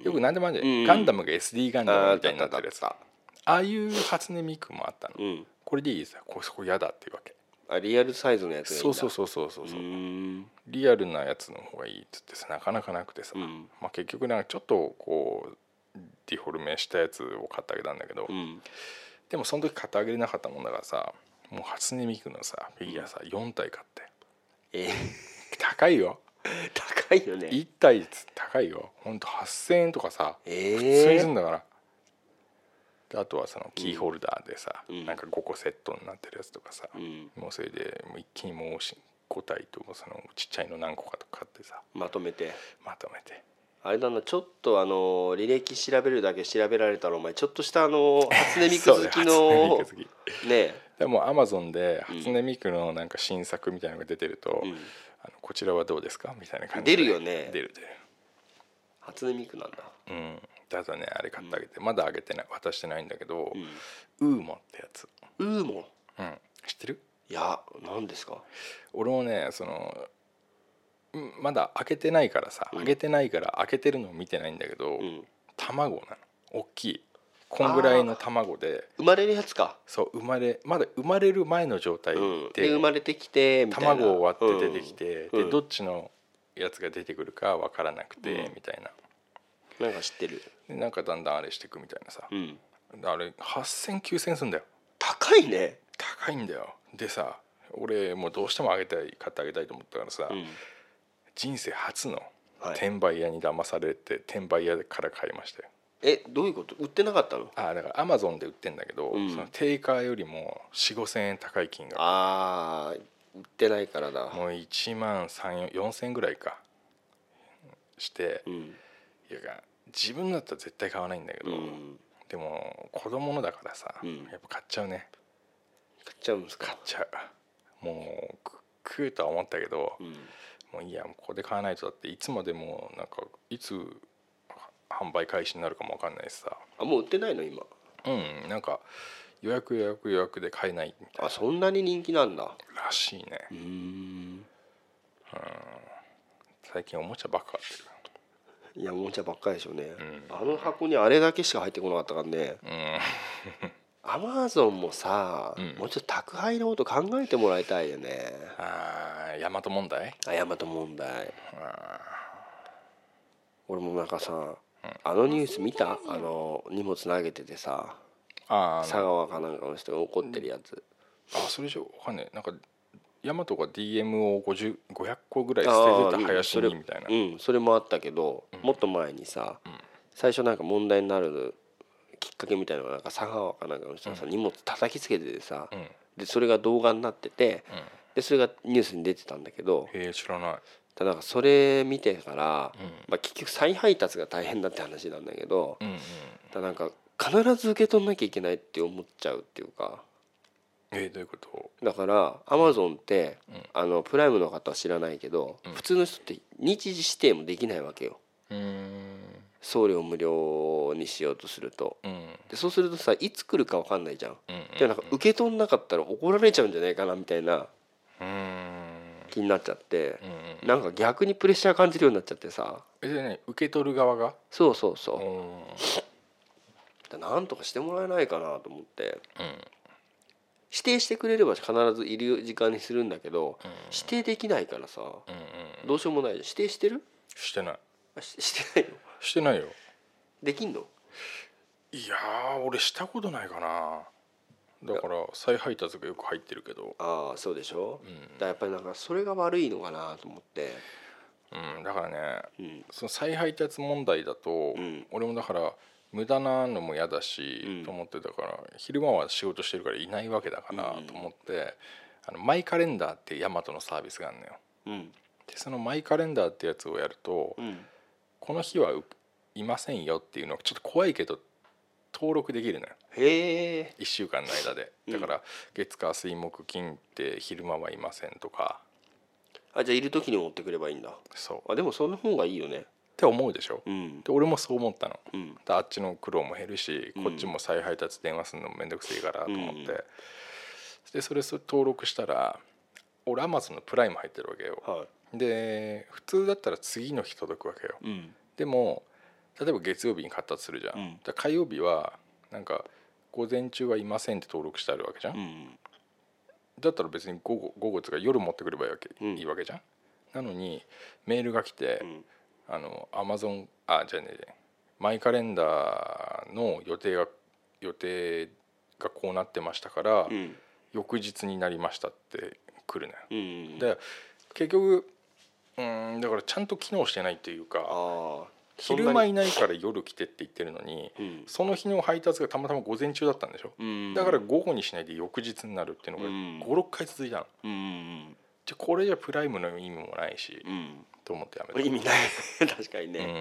よく何でもあるじゃん、うん、ガンダムが エスディー ガンダムみたいになってるやつさ あ, ああいう初音ミクもあったの、うん、これでいいさこそこ嫌だっていうわけ。 あリアルサイズのやつがいいんだ。 そうそうそうそうそううリアルなやつの方がいいっつってさなかなかなくてさ、うんまあ、結局なんかちょっとこうディフォルメしたやつを買ってあげたんだけど、うん、でもその時買ってあげれなかったもんだからさもう初音ミクのさフィギュアさ、うん、よんたい買って、えー、高いよ高いよねいったい高いよほんとはっせんえんとかさ、えー、普通にするんだから。であとはそのキーホルダーでさ、うん、なんかごこセットになってるやつとかさ、うん、もうそれでもう一気にもうごたいとそのちっちゃいの何個かとか買ってさまとめてまとめてあれだなちょっとあの履歴調べるだけ調べられたらお前ちょっちょっとあの初音ミク好きのねでもアマゾンで初音ミクのなんか新作みたいなのが出てると、うん、あのこちらはどうですかみたいな感じで出るよね。 出る出る初音ミクなんだ。 うんただねあれ買ってあげて、うん、まだあげてない渡してないんだけど、うん、ウーモってやつ。 ウーモうん知ってる？ いや何ですか？ 俺もねそのまだ開けてないからさ、うん、開けてないから開けてるのを見てないんだけど、うん、卵なの大きいこんぐらいの卵で生まれるやつか。 そう生まれまだ生まれる前の状態で、うん、 で生まれてきてみたいな卵を割って出てきて、うん、でどっちのやつが出てくるか分からなくて、うん、みたいななんか知ってる。 でなんかだんだんあれしていくみたいなさ、うん、あれはっせんきゅうせんえんすんだよ。 高いね。 高いんだよ。でさ俺もうどうしてもあげたい買ってあげたいと思ったからさ、うん、人生初の転売屋に騙されて、はい、転売屋から買いましたよ。 えどういうこと？売ってなかったの？ あだからアマゾンで売ってんだけど、うん、その定価よりもよん、ごせんえん高い金額。 ああ売ってないからだ。 もういちまんさん、よんせんえんぐらいかして、うん、いや自分だったら絶対買わないんだけど、うん、でも子供のだからさ、うん、やっぱ買っちゃうね。 買っちゃうんですか？ 買っちゃう。もう食うとは思ったけど、うん、もういいやここで買わないとだっていつまでもなんかいつ販売開始になるかも分かんないしさ。 あ、もう売ってないの今？ うん、なんか予約予約予約で買えないみたいな。 あ、そんなに人気なんだ。 らしいね。 うーん、うん、 最近おもちゃばっか買ってる。 いや、おもちゃばっかりでしょうね、 うん、 あの箱にあれだけしか入ってこなかったからね。アマゾンもさ、うん、もうちょっと宅配のこと考えてもらいたいよね。 ああ、大和問題。 あ、大和問題。俺もなんかさ、うん、あのニュース見た？あの荷物投げててさ、あ佐川かなんかの人が怒ってるやつ。 あ、それじゃわかんない。なんかヤマトが ディーエム をごじゅう、ごひゃくこぐらい捨ててた林にみたいな。 うん、それもあったけど、うん、もっと前にさ、うん、最初なんか問題になるきっかけみたいなのがなんか佐川かなんかの人がさ、うん、荷物叩きつけててさ、うん、でそれが動画になってて、うん、でそれがニュースに出てたんだけど、 へえ、知らない。 ただなんかそれ見てから、うん、まあ、結局再配達が大変だって話なんだけど、うんうん、ただなんか必ず受け取んなきゃいけないって思っちゃうっていうか。 えー、どういうこと？ だからアマゾンって、うん、あのプライムの方は知らないけど、うん、普通の人って日時指定もできないわけよ。うーん、送料無料にしようとすると、うん、でそうするとさ、いつ来るか分かんないじゃん、うんうんうん、でなんか受け取んなかったら怒られちゃうんじゃないかなみたいな気になっちゃって、うんうん、なんか逆にプレッシャー感じるようになっちゃってさ。 えで、ね、受け取る側が？ そうそうそう、なんとかしてもらえないかなと思って、うん、指定してくれれば必ずいる時間にするんだけど、うん、指定できないからさ、うんうん、どうしようもないじゃん。指定してる？ してない。 あ、し、してないの？ してないよ。 できんの？ いやー、俺したことないかな。だから再配達がよく入ってるけど。 ああ、そうでしょ、うん、だからやっぱりなんかそれが悪いのかなと思って、 うん、だからね、うん、その再配達問題だと、うん、俺もだから無駄なのも嫌だし、うん、と思ってたから、昼間は仕事してるからいないわけだからと思って、うん、あのマイカレンダーっていうヤマトのサービスがあるのよ、うん、でそのマイカレンダーってやつをやると、うん、この日はいませんよっていうのがちょっと怖いけど登録できるのよ。 へえ。 いっしゅうかんの間で。だから月火水木金って昼間はいませんとか。 あ、じゃあいる時に持ってくればいいんだ。 そう。 あ、でもその方がいいよねって思うでしょ、うん、で俺もそう思ったの、うん、あっちの苦労も減るし、こっちも再配達電話するのもめんどくせえからと思って、うん、でそれ登録したら俺アマゾンのプライム入ってるわけよ、はい、で普通だったら次の日届くわけよ、うん、でも例えば月曜日に買ったとするじゃん、うん、だ火曜日はなんか午前中はいませんって登録してあるわけじゃん、うん、だったら別に午後午後とか夜持ってくればいいわけ、うん、いいわけじゃん。なのにメールが来て、うん、あのアマゾンあじゃあねマイカレンダーの予定が予定がこうなってましたから、うん、翌日になりましたって来るのよ、うん、で結局うんだからちゃんと機能してないっていうか、あ昼間いないから夜来てって言ってるのに、うん、その日の配達がたまたま午前中だったんでしょ、うん、だから午後にしないで翌日になるっていうのがごろっかい続いたの、うん、じゃこれじゃプライムの意味もないし、うん、と思ってやめた。 意味ない確かにね、うん、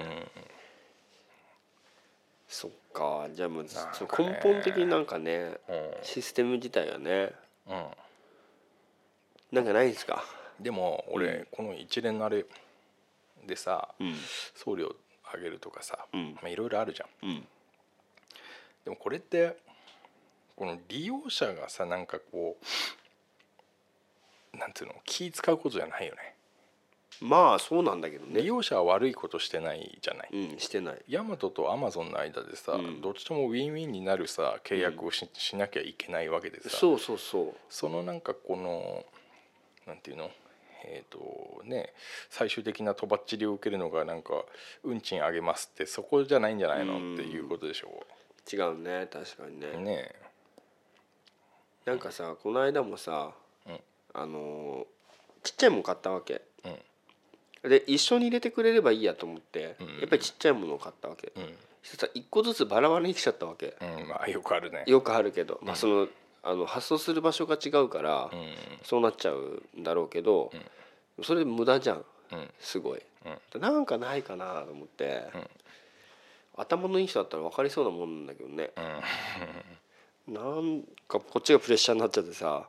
そっか。じゃあもう根本的になんかね、うん、システム自体がね、うん、なんかないですか。 でも俺、うん、この一連のあれでさ、うん、送料上げるとかさ、いろいろあるじゃん、うん、でもこれってこの利用者がさなんかこうなんていうの気使うことじゃないよね。 まあそうなんだけどね。 利用者は悪いことしてないじゃない、 うん、してない。 ヤマトとアマゾンの間でさ、うん、どっちともウィンウィンになるさ契約を し,、うん、しなきゃいけないわけでさ、 そうそうそう。 そのなんかこのなんていうのえーとね、最終的なとばっちりを受けるのがなんか運賃上げますってそこじゃないんじゃないのっていうことでしょう。違うね、確かにね。 ねなんかさこの間もさ、うん、あのちっちゃいもの買ったわけ、うん、で一緒に入れてくれればいいやと思って、うん、やっぱりちっちゃいものを買ったわけ、うん、そしたらいっこずつバラバラに来ちゃったわけ、 うん、まあよくあるね。 よくあるけど、うん、まあそのあの発送する場所が違うから、うん、そうなっちゃうんだろうけど、うん、それ無駄じゃん、うん、すごい、うん、なんかないかなと思って、うん、頭のいい人だったら分かりそうなもんなんだけどね、うん、なんかこっちがプレッシャーになっちゃってさ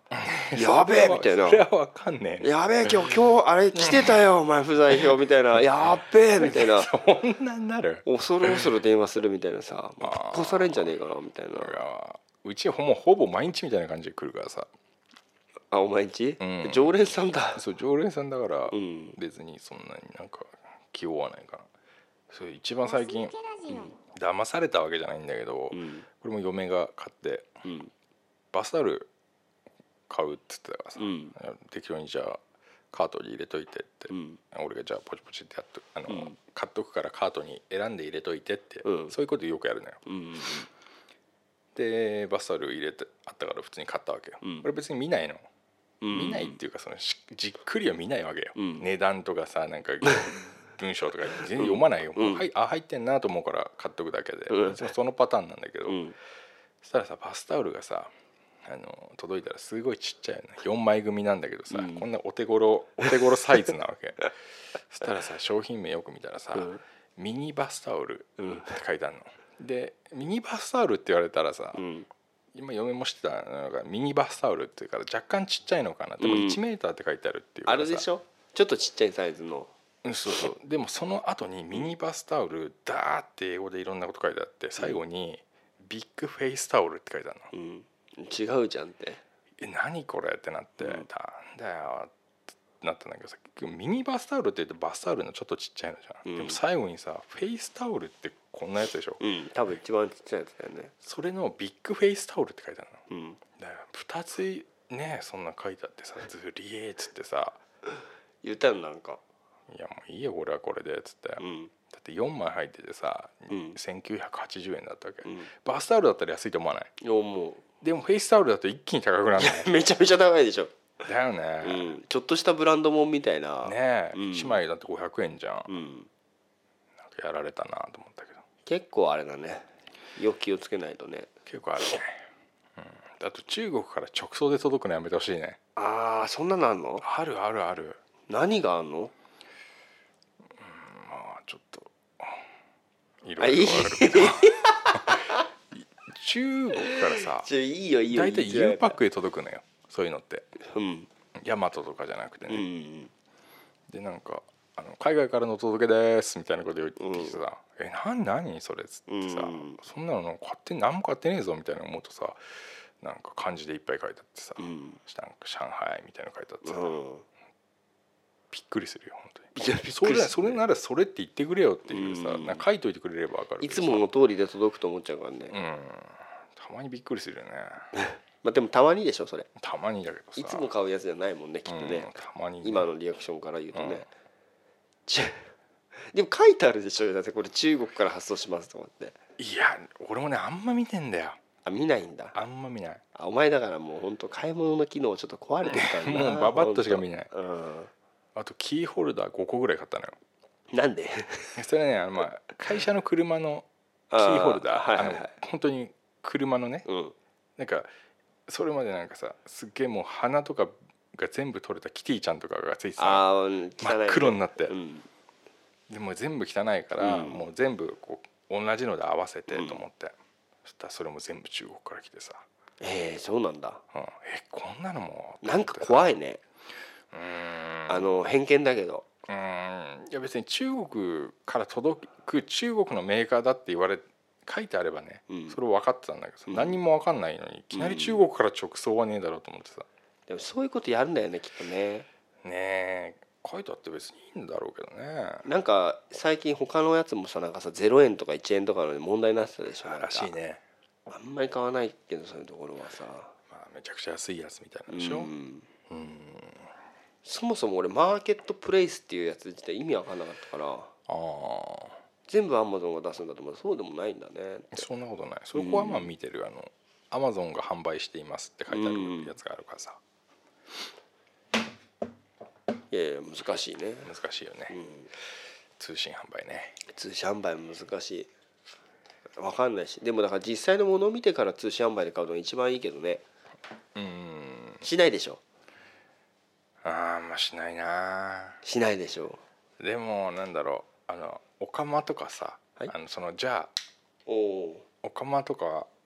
やべえみたいな、 それは分かんねえ、 やべえ今日今日あれ来てたよお前不在票みたいな、やっべえみたいな、 そんなになる、 恐る恐る電話するみたいなさ、ぶっ殺されんじゃねえかなみたいな。 うちほもうほぼ毎日みたいな感じで来るからさ。 あ、お前んち、 うん、 常連さんだ。 そう常連さんだから、 うん、 別にそんなになんか気負わないかな。それ一番最近、うん、騙されたわけじゃないんだけど、うん、これも嫁が買って、うん、バスタオル買うっつってたからさ、うん、適当にじゃあカートに入れといてって、うん、俺がじゃあポチポチってやっとあの、うん、買っとくからカートに選んで入れといてって、うん、そういうことよくやるのよ、うん、でバスタオル入れてあったから普通に買ったわけよ、うん、これ別に見ないの、うん、見ないっていうかそのじっくりは見ないわけよ、うん、値段とかさなんか文章とか全然読まないよ、うん、はい、あ入ってんなと思うから買っとくだけで、うん、そのパターンなんだけど、うん、そしたらさバスタオルがさあの届いたらすごいちっちゃいのよんまい組なんだけどさ、うん、こんなお手頃お手頃サイズなわけそしたらさ商品名よく見たらさ、うん、ミニバスタオルって書いてあるの、うん、でミニバスタオルって言われたらさ、うん、今嫁もしてたのがミニバスタオルっていうから若干ちっちゃいのかな、でもいちメーターって書いてあるっていうかさ、 あれでしょちょっとちっちゃいサイズの、 うん、そうそうでもその後にミニバスタオルダーって英語でいろんなこと書いてあって最後にビッグフェイスタオルって書いてあるの、うん、 違うじゃんって、 え何これってなって、うん、なんだよってなったんだけどさミニバスタオルって言ってバスタオルのちょっとちっちゃいのじゃん、うん、でも最後にさフェイスタオルってこんなやつでしょ、 うん、多分一番ちっちゃいやつだよね、 それのビッグフェイスタオルって書いてあるの、うん、だからふたつねそんな書いてあってさずりーっつってさ言ったのなんかいやもういいよこれはこれでっつって、うん、だってよんまい入っててさ、うん、せんきゅうひゃくはちじゅうえんだったわけ、うん、バスタオルだったら安いと思わない？ いや思う。 でもフェイスタオルだと一気に高くなるねめちゃめちゃ高いでしょ。 だよね、 うん、ちょっとしたブランドもんみたいなねえ、うん、いちまいだってごひゃくえんじゃん、うん、なんかやられたなと思ったけど結構あれだね、よく気をつけないとね。 結構あるね、うん、あと中国から直送で届くのやめてほしいね。 ああそんなのあんの？ あるあるある。 何があんの？うん、まあちょっといろいろあるけど中国からさいいよいいよ大体 U パックで届くのよそういうのって、 うん、 ヤマトとかじゃなくてね、うん、でなんかあの海外からの届けですみたいなこと言ってきてさ、うん、え何何それっつってさ、うん、そんなの買って何も買ってねえぞみたいな思うとさなんか漢字でいっぱい書いてあってさ、うん、なんか上海みたいなの書いてあってさ、うん、びっくりするよ本当に。いやびっくりするね、それそれならそれって言ってくれよっていうさ、うん、なんか書いといてくれれば分かるけどさ、 いつもの通りで届くと思っちゃうからね、うん、 たまにびっくりするよねまあでもたまにでしょそれ。 たまにだけどさいつも買うやつじゃないもんねきっとね、うん、 たまにね今のリアクションから言うとね、うん、でも書いてあるでしょだってこれ中国から発送しますと思って。 いや俺もねあんま見てんだよ。 あ見ないんだ。 あんま見ない。 あお前だからもう本当買い物の機能ちょっと壊れてるからなもうババッとしか見ない、うん、あとキーホルダーごこぐらい買ったのよ。 なんでそれねあの、まあ、会社の車のキーホルダー あ、はいはいはい、あの本当に車のね、うん、なんかそれまでなんかさすっげえもう鼻とかが全部取れたキティちゃんとかがついてたの、真っ黒になって、うん、でも全部汚いから、うん、もう全部こう同じので合わせてと思って、うん、そしたらそれも全部中国から来てさ。 えー、そうなんだ、うん、 えこんなのもなんか怖いね。うーんあの偏見だけどうんいや別に中国から届く中国のメーカーだって言われ書いてあればね、うん、それ分かってたんだけど、うん、何にも分かんないのにいきなり中国から直送はねえだろうと思ってさ、 でもそういうことやるんだよねきっとね。 ねえ書いてあって別にいいんだろうけどね。 なんか最近他のやつもさなんかさゼロえんとかいちえんとかの問題になってたでしょ。 らしいね。 あんまり買わないけどそういうところはさ、 まあ、めちゃくちゃ安いやつみたいなでしょ、うん、うんそもそも俺マーケットプレイスっていうやつ自体意味わかんなかったから、あ全部アマゾンが出すんだと思う。そうでもないんだねって。そんなことない。そこはまあ見てる、うん、あのアマゾンが販売していますって書いてあるやつがあるからさ、 うん、いやいや難しいね。 難しいよね、うん、通信販売ね。 通信販売も難しい。分かんないし、でもだから実際のものを見てから通信販売で買うのが一番いいけどね。うんしないでしょ。 ああまあしないな。 しないでしょ。 でもなんだろうあのオカマとかさ、はい、あのそのじゃあおオカマとか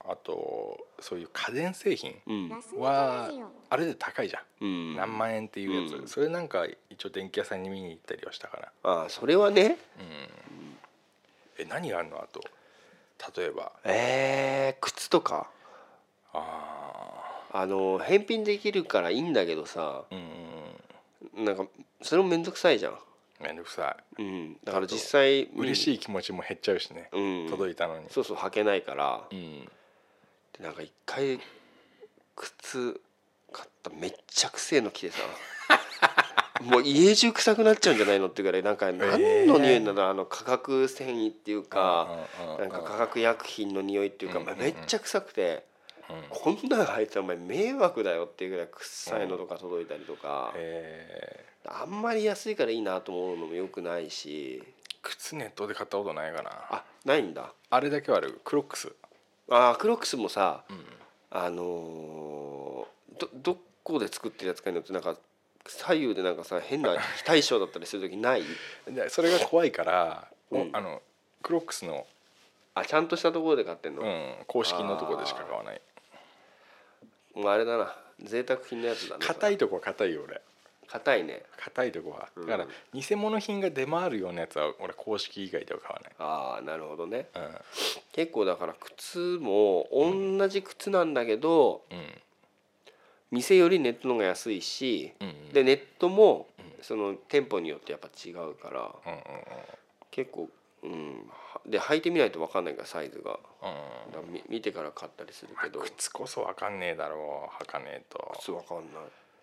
あとそういう家電製品うんガス抜けはラジオあれで高いじゃん、 うん何万円っていうやつ、 うんそれなんか一応電気屋さんに見に行ったりはしたから。 ああそれはね。 え何があるの？あと例えばえー、靴とかああの返品できるからいいんだけどさ、 ーうんなんかそれもめんどくさいじゃん。 めんどくさうん、だから実際い嬉しい気持ちも減っちゃうしね、 うん、 届いたのに。 そうそう履けないから、 うんでなんか一回靴買っためっちゃくせえの着てさもう家中臭くなっちゃうんじゃないのっていうぐらいなんか何の匂いなんだろう、あの化学繊維っていうかなんか化学薬品の匂いっていうか、 うんうんうんめっちゃ臭くて、こんなの入ってたらお前迷惑だよっていうぐらい臭いのとか届いたりとか、 えあんまり安いからいいなと思うのもよくないし。 靴ネットで買ったことないかな。 あないんだ。 あれだけはある。クロックス。 あクロックスもさ、 うんあのー、どどこで作ってるやつかによってなんか左右でなんかさ変な非対称だったりする時ない？ でそれが怖いから、 うんあのクロックスの、 あちゃんとしたところで買ってんの？ うん、公式のところでしか買わない。 もうあれだな、贅沢品のやつだね。 硬いとこは硬いよ俺。 硬いね。 硬いとこは、 うんだから偽物品が出回るようなやつは俺公式以外では買わない。 ああなるほどね。 うん結構だから靴も同じ靴なんだけど、 うん店よりネットの方が安いし、 うんうんでネットもうんその店舗によってやっぱ違うから、 うんうん結構、うん、はで履いてみないと分かんないからサイズが。 うんだからみ見てから買ったりするけど、 靴こそ分かんねえだろう、履かねえと。 靴分かんない。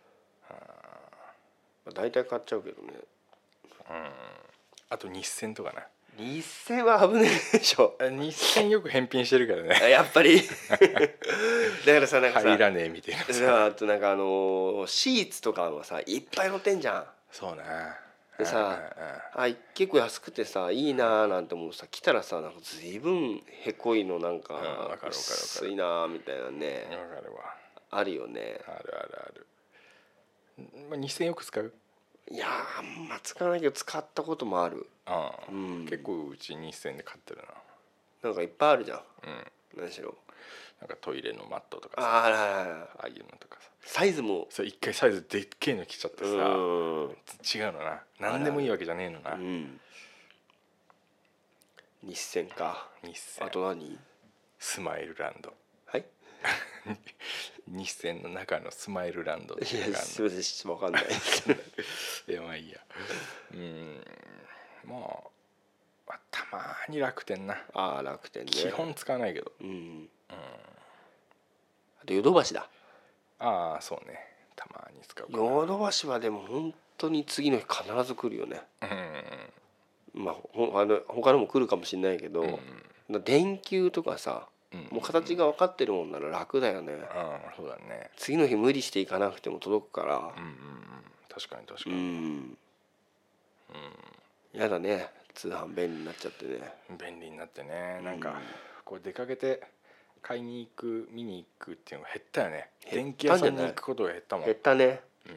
まあ大体買っちゃうけどね。 うんあと日銭とかな。 日銭は危ねえでしょ。 あ日銭よく返品してるからね。 あやっぱりだからさなんかさ入らねえみたいなさ。 あとなんかあのーシーツとかもさいっぱい載ってんじゃん。 そうな。 でさあ結構安くてさいいなーなんて思うさ来たらさなんか随分へこいのなんかうんわかるわかるわかる薄いなーみたいなねうんわかるわ。 あるよね。 あるあるある。まあ日銭よく使う？ いやーあんま使わないけど使ったこともある。 ああ、 うん結構うち日銭で買ってるなんかいっぱいあるじゃん。 な。うん。 何しろなんかトイレのマットとかさ、 あーららららああいうのとかさ。 サイズもそれ一回サイズでっけえの来ちゃってさ、 うん違うのな。何でもいいわけじゃねえのな。 うん日銭か。 日銭。 あと何？ スマイルランド。 はい日銭の中のスマイルランドっていいうのがあやすみませんちょっと分かんないるの。いやまあいいや。うんもうたまに楽天な。 ああ楽天ね。 基本使わないけど。 うんあとヨドバシだ。 ああそうね。たまに使うかな。 ヨドバシはでも本当に次の日必ず来るよね。 うんまあほあの他のも来るかもしれないけど、 うん電球とかさうんもう形が分かってるもんなら楽だよね。 うんそうだね。 次の日無理していかなくても届くから。 うんうんうん確かに確かうに。 んやだね通販便利になっちゃってね。 便利になってね。なんかこう出かけて買いに行く見に行くっていうのが減ったよね。電気屋さんに行くことが減ったもん。 減ったね。 うん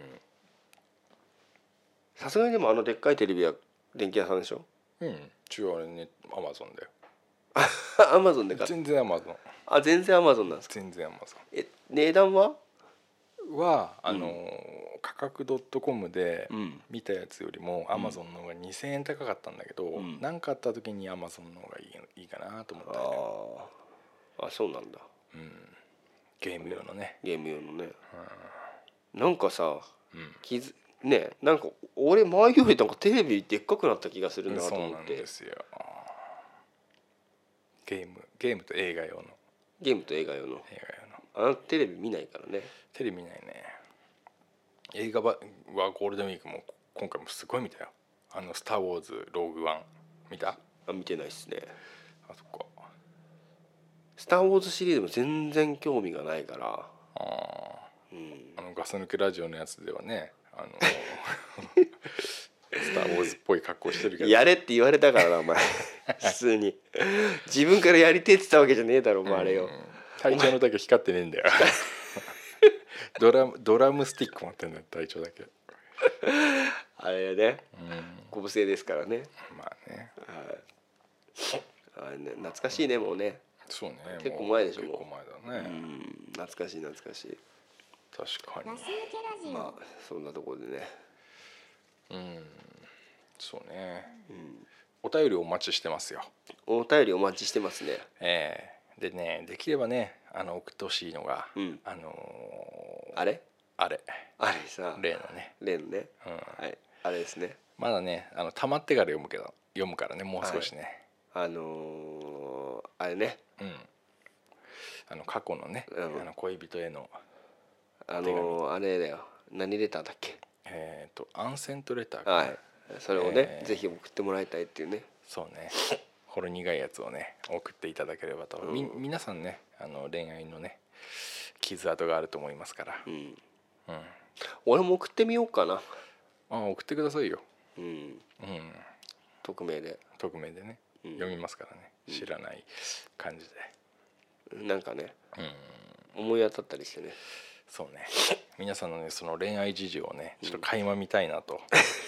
さすがにでもあのでっかいテレビは電気屋さんでしょ。 うん中央ねアマゾンだよ。 アマゾンで買った。 全然アマゾン。 あ全然アマゾンなんですか。 全然アマゾえ値段は？ ンはあの価格 .com でうん見たやつよりもアマゾンの方がにせんえん高かったんだけどん何かあった時にアマゾンの方がいいいいかなと思ったよね。 ああそうなんだ。 うんゲーム用のね。 ゲーム用のね。なんかさうん気づねなんか俺前よりなんかテレビでっかくなった気がするなとそうなん思って。 ですよ。ゲームゲームと映画用のゲームと映画用の。 映画用のあのテレビ見ないからね。 テレビ見ないね。映画はゴールデンウィークも今回もすごい見たよ。あのスター・ウォーズローグワン見た？ あ見てないっすね。 あそこ。 スター・ウォーズシリーズも全然興味がないから。 あうんあのガス抜けラジオのやつではねあのスター・ウォーズっぽい格好してるけどやれって言われたからなお前普通に自分からやりてって言ったわけじゃねえだろお前あれよ。 隊長のだけ光ってねえんだよドラムドラムスティック持ってんだよ隊長だけ。 あれねうん小布施ですからね。 まあねあれね懐かしいねもうね。 そうね、 結構前でしょ。 結構前だね。 うん懐かしい懐かしい。 確かに。 ガス抜けラジオ、 まあそんなところでね。 うんそうね、 うん、 お便りお待ちしてますよ。 お便りお待ちしてますね。 えー、でねできればねあの送ってほしいのが、 うん、 あのー、 あれあれあれさ例のね例のね、 うん、 はいあれですね。 まだねあの溜まってから読むけど読むからねもう少しね、 はい、あのー、あれね、 うん、あの過去のね、うん、あの恋人へのあのー、あれだよ何レターだっけ。 えっ、ー、とアンセントレターかな、 はい、それをね、 えー、 ぜひ送ってもらいたいっていうね。 そうねほろ苦いやつをね送っていただければと、うん、み皆さんねあの恋愛のね傷跡があると思いますから、うんうん、 俺も送ってみようかな。 あ送ってくださいよ、 うんうん、匿名で匿名でね、うん、読みますからね、知らない感じでなんかね、うん、思い当たったりしてね。 そうね皆さんのねその恋愛事情をねちょっと垣間見たいなと、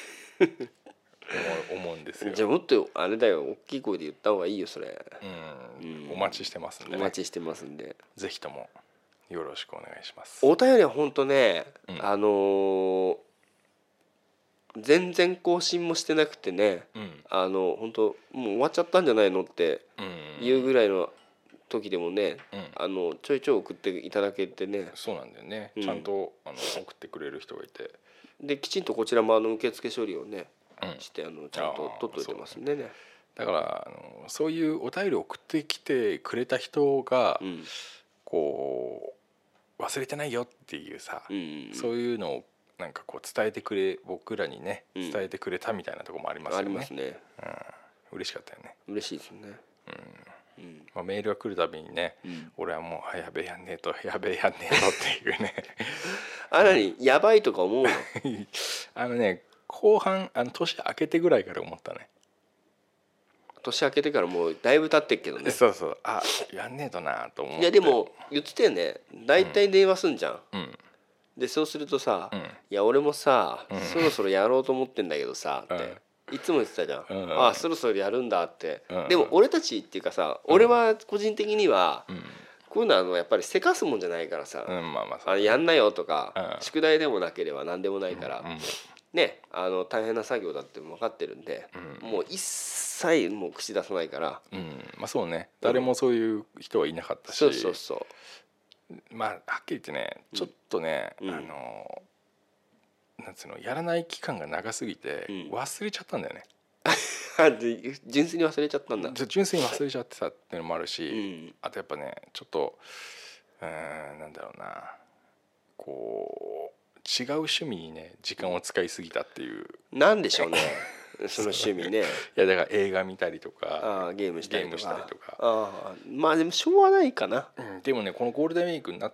思, 思うんですよ。 じゃあもっとあれだよ大きい声で言った方がいいよそれ、 うん、うん、お待ちしてますんで、ね、 お待ちしてますんでぜひともよろしくお願いします。 お便りは本当ね、うん、あのー、全然更新もしてなくてね、うん、あの本当もう終わっちゃったんじゃないのっていうぐらいの時でもね、うん、あのちょいちょい送っていただけてね。 そうなんだよね、うん、ちゃんとあの送ってくれる人がいてできちんとこちらもあの受付処理をね、うん、してあのちゃんと取っといてますんでね。 だからあのそういうお便りを送ってきてくれた人が、うん、こう忘れてないよっていうさ、うんうんうん、そういうのをなんかこう伝えてくれ僕らにね伝えてくれたみたいなところもありますよね、うん、ありますね、うん、嬉しかったよね。 嬉しいですね、 うんうんまあ、メールが来るたびにね、うん、俺はもうやべえやんねえとやべえやんねえとっていうねあなにやばいとか思うのあのね後半あの年明けてぐらいから思ったね。 年明けてからもうだいぶ経ってっけどね。 そうそうあやんねえとなと思って。 いやでも言ってたよね大体電話すんじゃん、うん、でそうするとさ、うん、いや俺もさ、うん、そろそろやろうと思ってんだけどさって、うん、いつも言ってたじゃん、うん、あそろそろやるんだって、うん、でも俺たちっていうかさ、うん、俺は個人的には、うん、こういうのはあのやっぱりせかすもんじゃないからさ、うんまあまああやんなよとか、うん、宿題でもなければ何でもないから、うんうんね、あの大変な作業だって分かってるんで、うん、もう一切もう口出さないから、うんまあ、そうね誰もそういう人はいなかったし、 そうそうそうまあはっきり言ってねちょっとね、うん、あのなんつうのやらない期間が長すぎて忘れちゃったんだよね、 うん、純粋に忘れちゃったんだ。 純粋に忘れちゃってたっていうのもあるし、うん、あとやっぱねちょっとうんなんだろうなこう違う趣味にね時間を使いすぎたっていう。 なんでしょうねその趣味ね。いやだから映画見たりとかあゲームしたりとか、 ゲームしたりとかあまあでもしょうがないかな、 うん、でもねこのゴールデンウィークになって、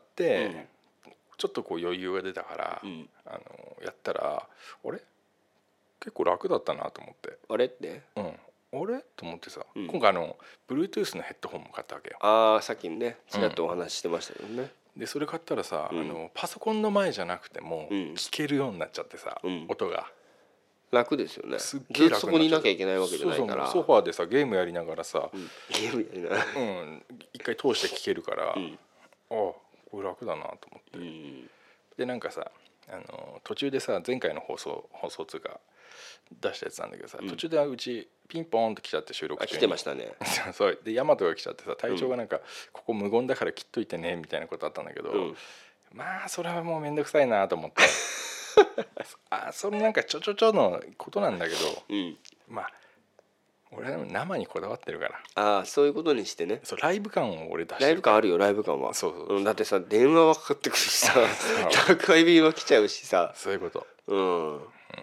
うん、ちょっとこう余裕が出たから、うん、あのやったらあれ結構楽だったなと思って。 あれって、 うん、あれと思ってさ、うん、今回あの Bluetooth のヘッドホンも買ったわけよ。 ああさっきねちらっとお話ししてましたけどね、 うん、でそれ買ったらさ、うん、あのパソコンの前じゃなくても聞けるようになっちゃってさ、うん、音が楽ですよね。すっげえ楽になっちゃう。ずっとそこにいなきゃいけないわけじゃないから。 そうそうソファーでさゲームやりながらさ、 うん、ゲームやりながら、 うん、一回通して聞けるから、うん、ああこれ楽だなと思って、うん、でなんかさあの途中でさ前回の放送放送通過出したやつなんだけどさ、うん、途中でうちピンポーンと来ちゃって収録中に来てましたねそうでヤマトが来ちゃってさ体調がなんか、うん、ここ無言だから切っといてねみたいなことあったんだけど、うん、まあそれはもうめんどくさいなと思ってあそれなんかちょちょちょのことなんだけど、うん、まあ俺は生にこだわってるからああそういうことにしてね。 そうライブ感を俺出してライブ感あるよライブ感は。 そうそうそう、 うん、だってさ電話はかかってくるしさ宅配便は来ちゃうしさそういうことうん、うん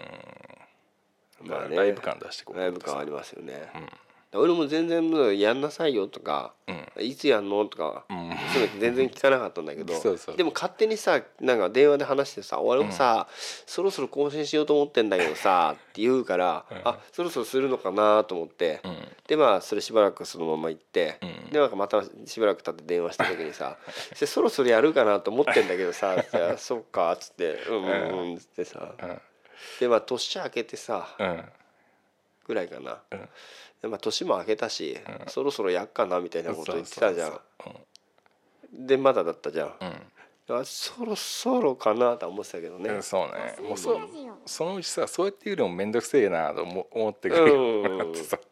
まあね、ライブ感出してこうライブ感ありますよね、うん、俺も全然やんなさいよとか、うん、いつやんのとか、うん、そういうの全然聞かなかったんだけどそうそうでも勝手にさなんか電話で話してさ俺もさ、うん、そろそろ更新しようと思ってんだけどさって言うから、うん、あそろそろするのかなと思って、うん、でまあそれしばらくそのまま行って、うん、でなんかまたしばらく経って電話した時にさそろそろやるかなと思ってんだけどさそっかっつってうんうんうんっつってさ、うんでまあ年明けてさ、うん、 ぐらいかな、 うん、 でまあ年も明けたし、 うん、 そろそろやっかなみたいなこと言ってたじゃん。 そうそうそう、 でまだだったじゃん、 うん、 あそろそろかなと思ってたけどね、 うん、そうね、もう そ, そのうちさそうやって言うのもめんどくせえなと思思ってくるようになってさ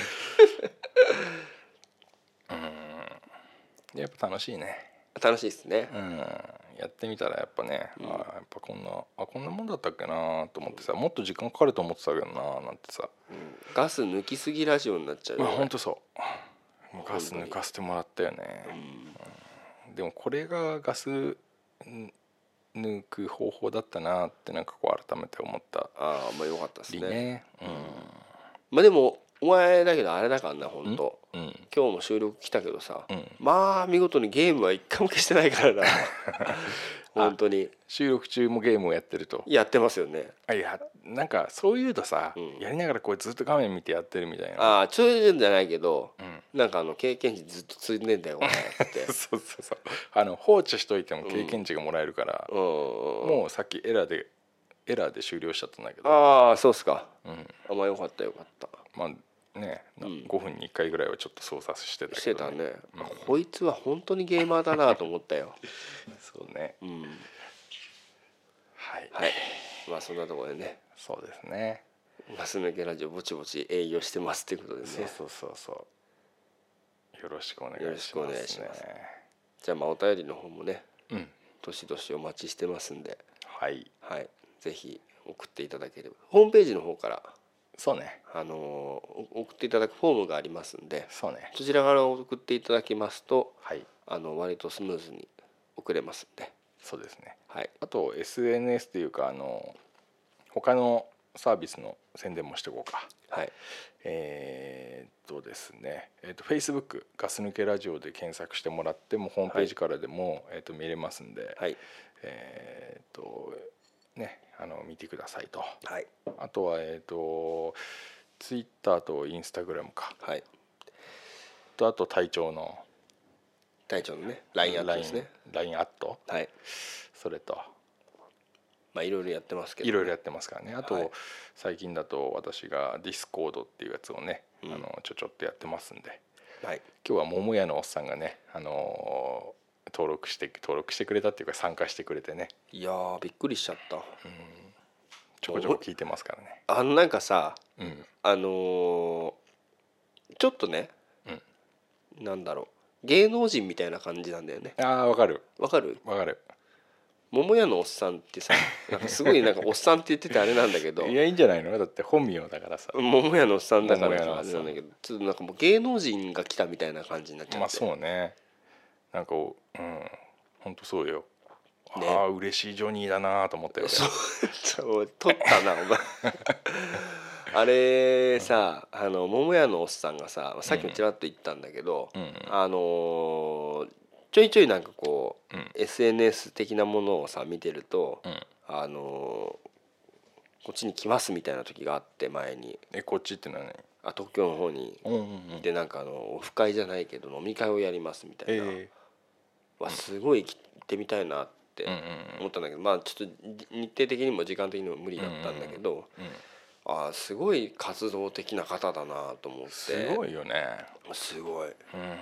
うん、やっぱ楽しいね。 楽しいですね、 うん、やってみたらやっぱね、うん、あやっぱこんなあこんなもんだったっけなと思ってさ、もっと時間かかると思ってたけどななんてさ、 うん、ガス抜きすぎラジオになっちゃうよ、 まあほんとそうガス抜かせてもらったよね、うんうん、でもこれがガス抜く方法だったなってなんかこう改めて思った。 ああまあよかったですね、 ね、うん、 まあでもお前だけどあれだからな本当、 うん、 今日も収録来たけどさ、 うん、 まあ見事にゲームは一回も消してないからな本当に収録中もゲームをやってるとやってますよね。 あいやなんかそういうとさ、うん、やりながらこうずっと画面見てやってるみたいな。 ああそういうんじゃないけど、うん、なんかあの経験値ずっと積んでんだよこれってそうそうそう、あの放置しといても経験値がもらえるから、うん、もうさっきエラーでエラーで終了しちゃったんだけど。 ああそうっすか、 うん、 あまあよかったよかった。 まあね、うん、ごふんにいっかいぐらいはちょっと操作してたけど、ね、 してたね、うん、こいつは本当にゲーマーだなと思ったよそうね、うん、はい、 はい、まあそんなところでね。 そうですね、 ガス抜けラジオぼちぼち営業してますということでね。 そうそうそうそうよろしくお願いします、ね、よろしくお願いします。 じゃあまあお便りの方もね、 うん、 どしどしお待ちしてますんで、 はい、 はい、ぜひ送っていただければホームページの方からそうね、 あのー、送っていただくフォームがありますんで、 そうね、 そちらから送っていただきますと、 はい、 あの割とスムーズに送れますんで。 そうですね、 はい、 あと エスエヌエス っていうかあの他のサービスの宣伝もしておこうか。 はい、 えー、っとですね、えー、っと Facebook ガス抜けラジオで検索してもらってもホームページからでも、はい、えー、っと見れますんで、 はい、 えー、っとねあの見てくださいと。 はい、 あとはえー、っと Twitter と Instagram か。 はい。 とあと隊長の隊長のね ライン アットですね。 ライン アット。 はい。 それと。 まあいろいろやってますけど、ね、 いろいろやってますからね。あと、はい、最近だと私がディスコードっていうやつをね、うん、あのちょちょっとやってますんで、はい、今日は桃屋のおっさんがね、あのー、登録して登録してくれたっていうか参加してくれてね。 いやーびっくりしちゃった。うん、 ちょこちょこ聞いてますからね。 あのなんかさ、 うん、 あのー、ちょっとね、うん、なんだろう芸能人みたいな感じなんだよね。 ああわかるわかるわかる。 桃屋のおっさんってさ、なんかすごいなんかおっさんって言っててあれなんだけどいやいいんじゃないの、だって本名だからさ。 桃屋のおっさんだからさあれなんだけど、ちょっとなんかもう芸能人が来たみたいな感じになっちゃって。 まあそうね、なんかうん本当そうよ、ね、ああ嬉しいジョニーだなと思ったよ。 そう撮ったなお前あれさ、あの桃屋のおっさんがささっきもちらっと言ったんだけど、うんうん、あのーちょいちょいなんかこう、うん、エスエヌエス 的なものをさ見てると、うん、あのー、こっちに来ますみたいな時があって前に。 えこっちって何？ あ東京の方に、うんうんうん、でなんかあのオフ会じゃないけど飲み会をやりますみたいな、えー、わすごい行ってみたいなって思ったんだけど、まあちょっと日程的にも時間的にも無理だったんだけど、うんうんうん、あすごい活動的な方だなと思って。 すごいよね。 すごい、うん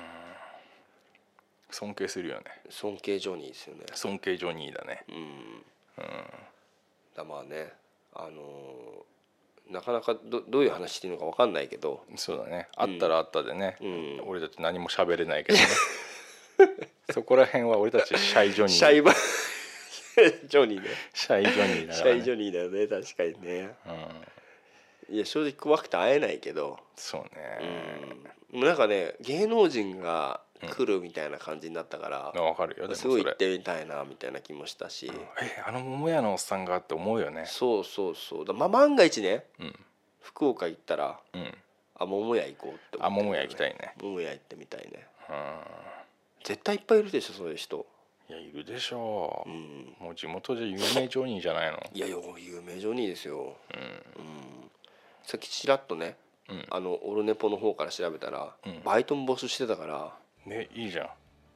尊敬するよね。 尊敬ジョニーですよね。 尊敬ジョニーだね。うん。うん、 だまあね、あのー、なかなか ど, どういう話していいのか分かんないけど。 そうだね。あったらあったでね。うん、俺たち何も喋れないけどね。そこら辺は俺たちシャイジョニー。シャイバジョニーね。 シャイジョニーだから、ね。 シャイジョニーだよね確かにね。うん。いや正直怖くて会えないけど。 そうね。 うん。なんかね芸能人が来るみたいな感じになったから、 うん、分かるよ。でもすごい行ってみたいなみたいな気もしたし、うん、 えあの桃屋のおっさんがって思うよね。 そうそうそうだ、まあ、万が一ね、うん、福岡行ったら、うん、あ桃屋行こうって思って、ね、 あ桃屋行きたいね。 桃屋行ってみたいね。うん絶対いっぱいいるでしょそういう人。 いやいるでしょう、うん、もう地元で有名ジョニーじゃないの。 いや有名ジョニーですよ、うんうん、さっきちらっとね、うん、あのオルネポの方から調べたら、うん、バイトも募集してたからねいいじゃん。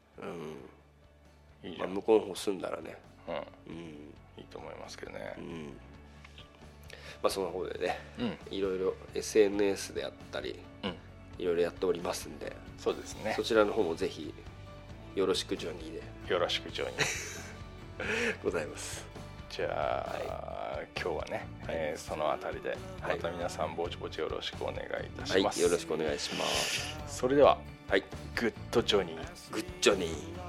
うん、いいじゃん。まあ、向こうの方住んだらね、 うん、うん、いいと思いますけどね。うん、 まあ、その方でね、 うん、 いろいろ エスエヌエス であったり、うん、いろいろやっておりますんで、 そうですね、 そちらの方もぜひよろしくジョニーでよろしくジョニーございます。 じゃあ、はい、今日はね、はい、えー、そのあたりでまた皆さんぼちぼちよろしくお願いいたします、 はい、よろしくお願いします。 それでは、 はい、 グッドジョニー、 グッドジョニー。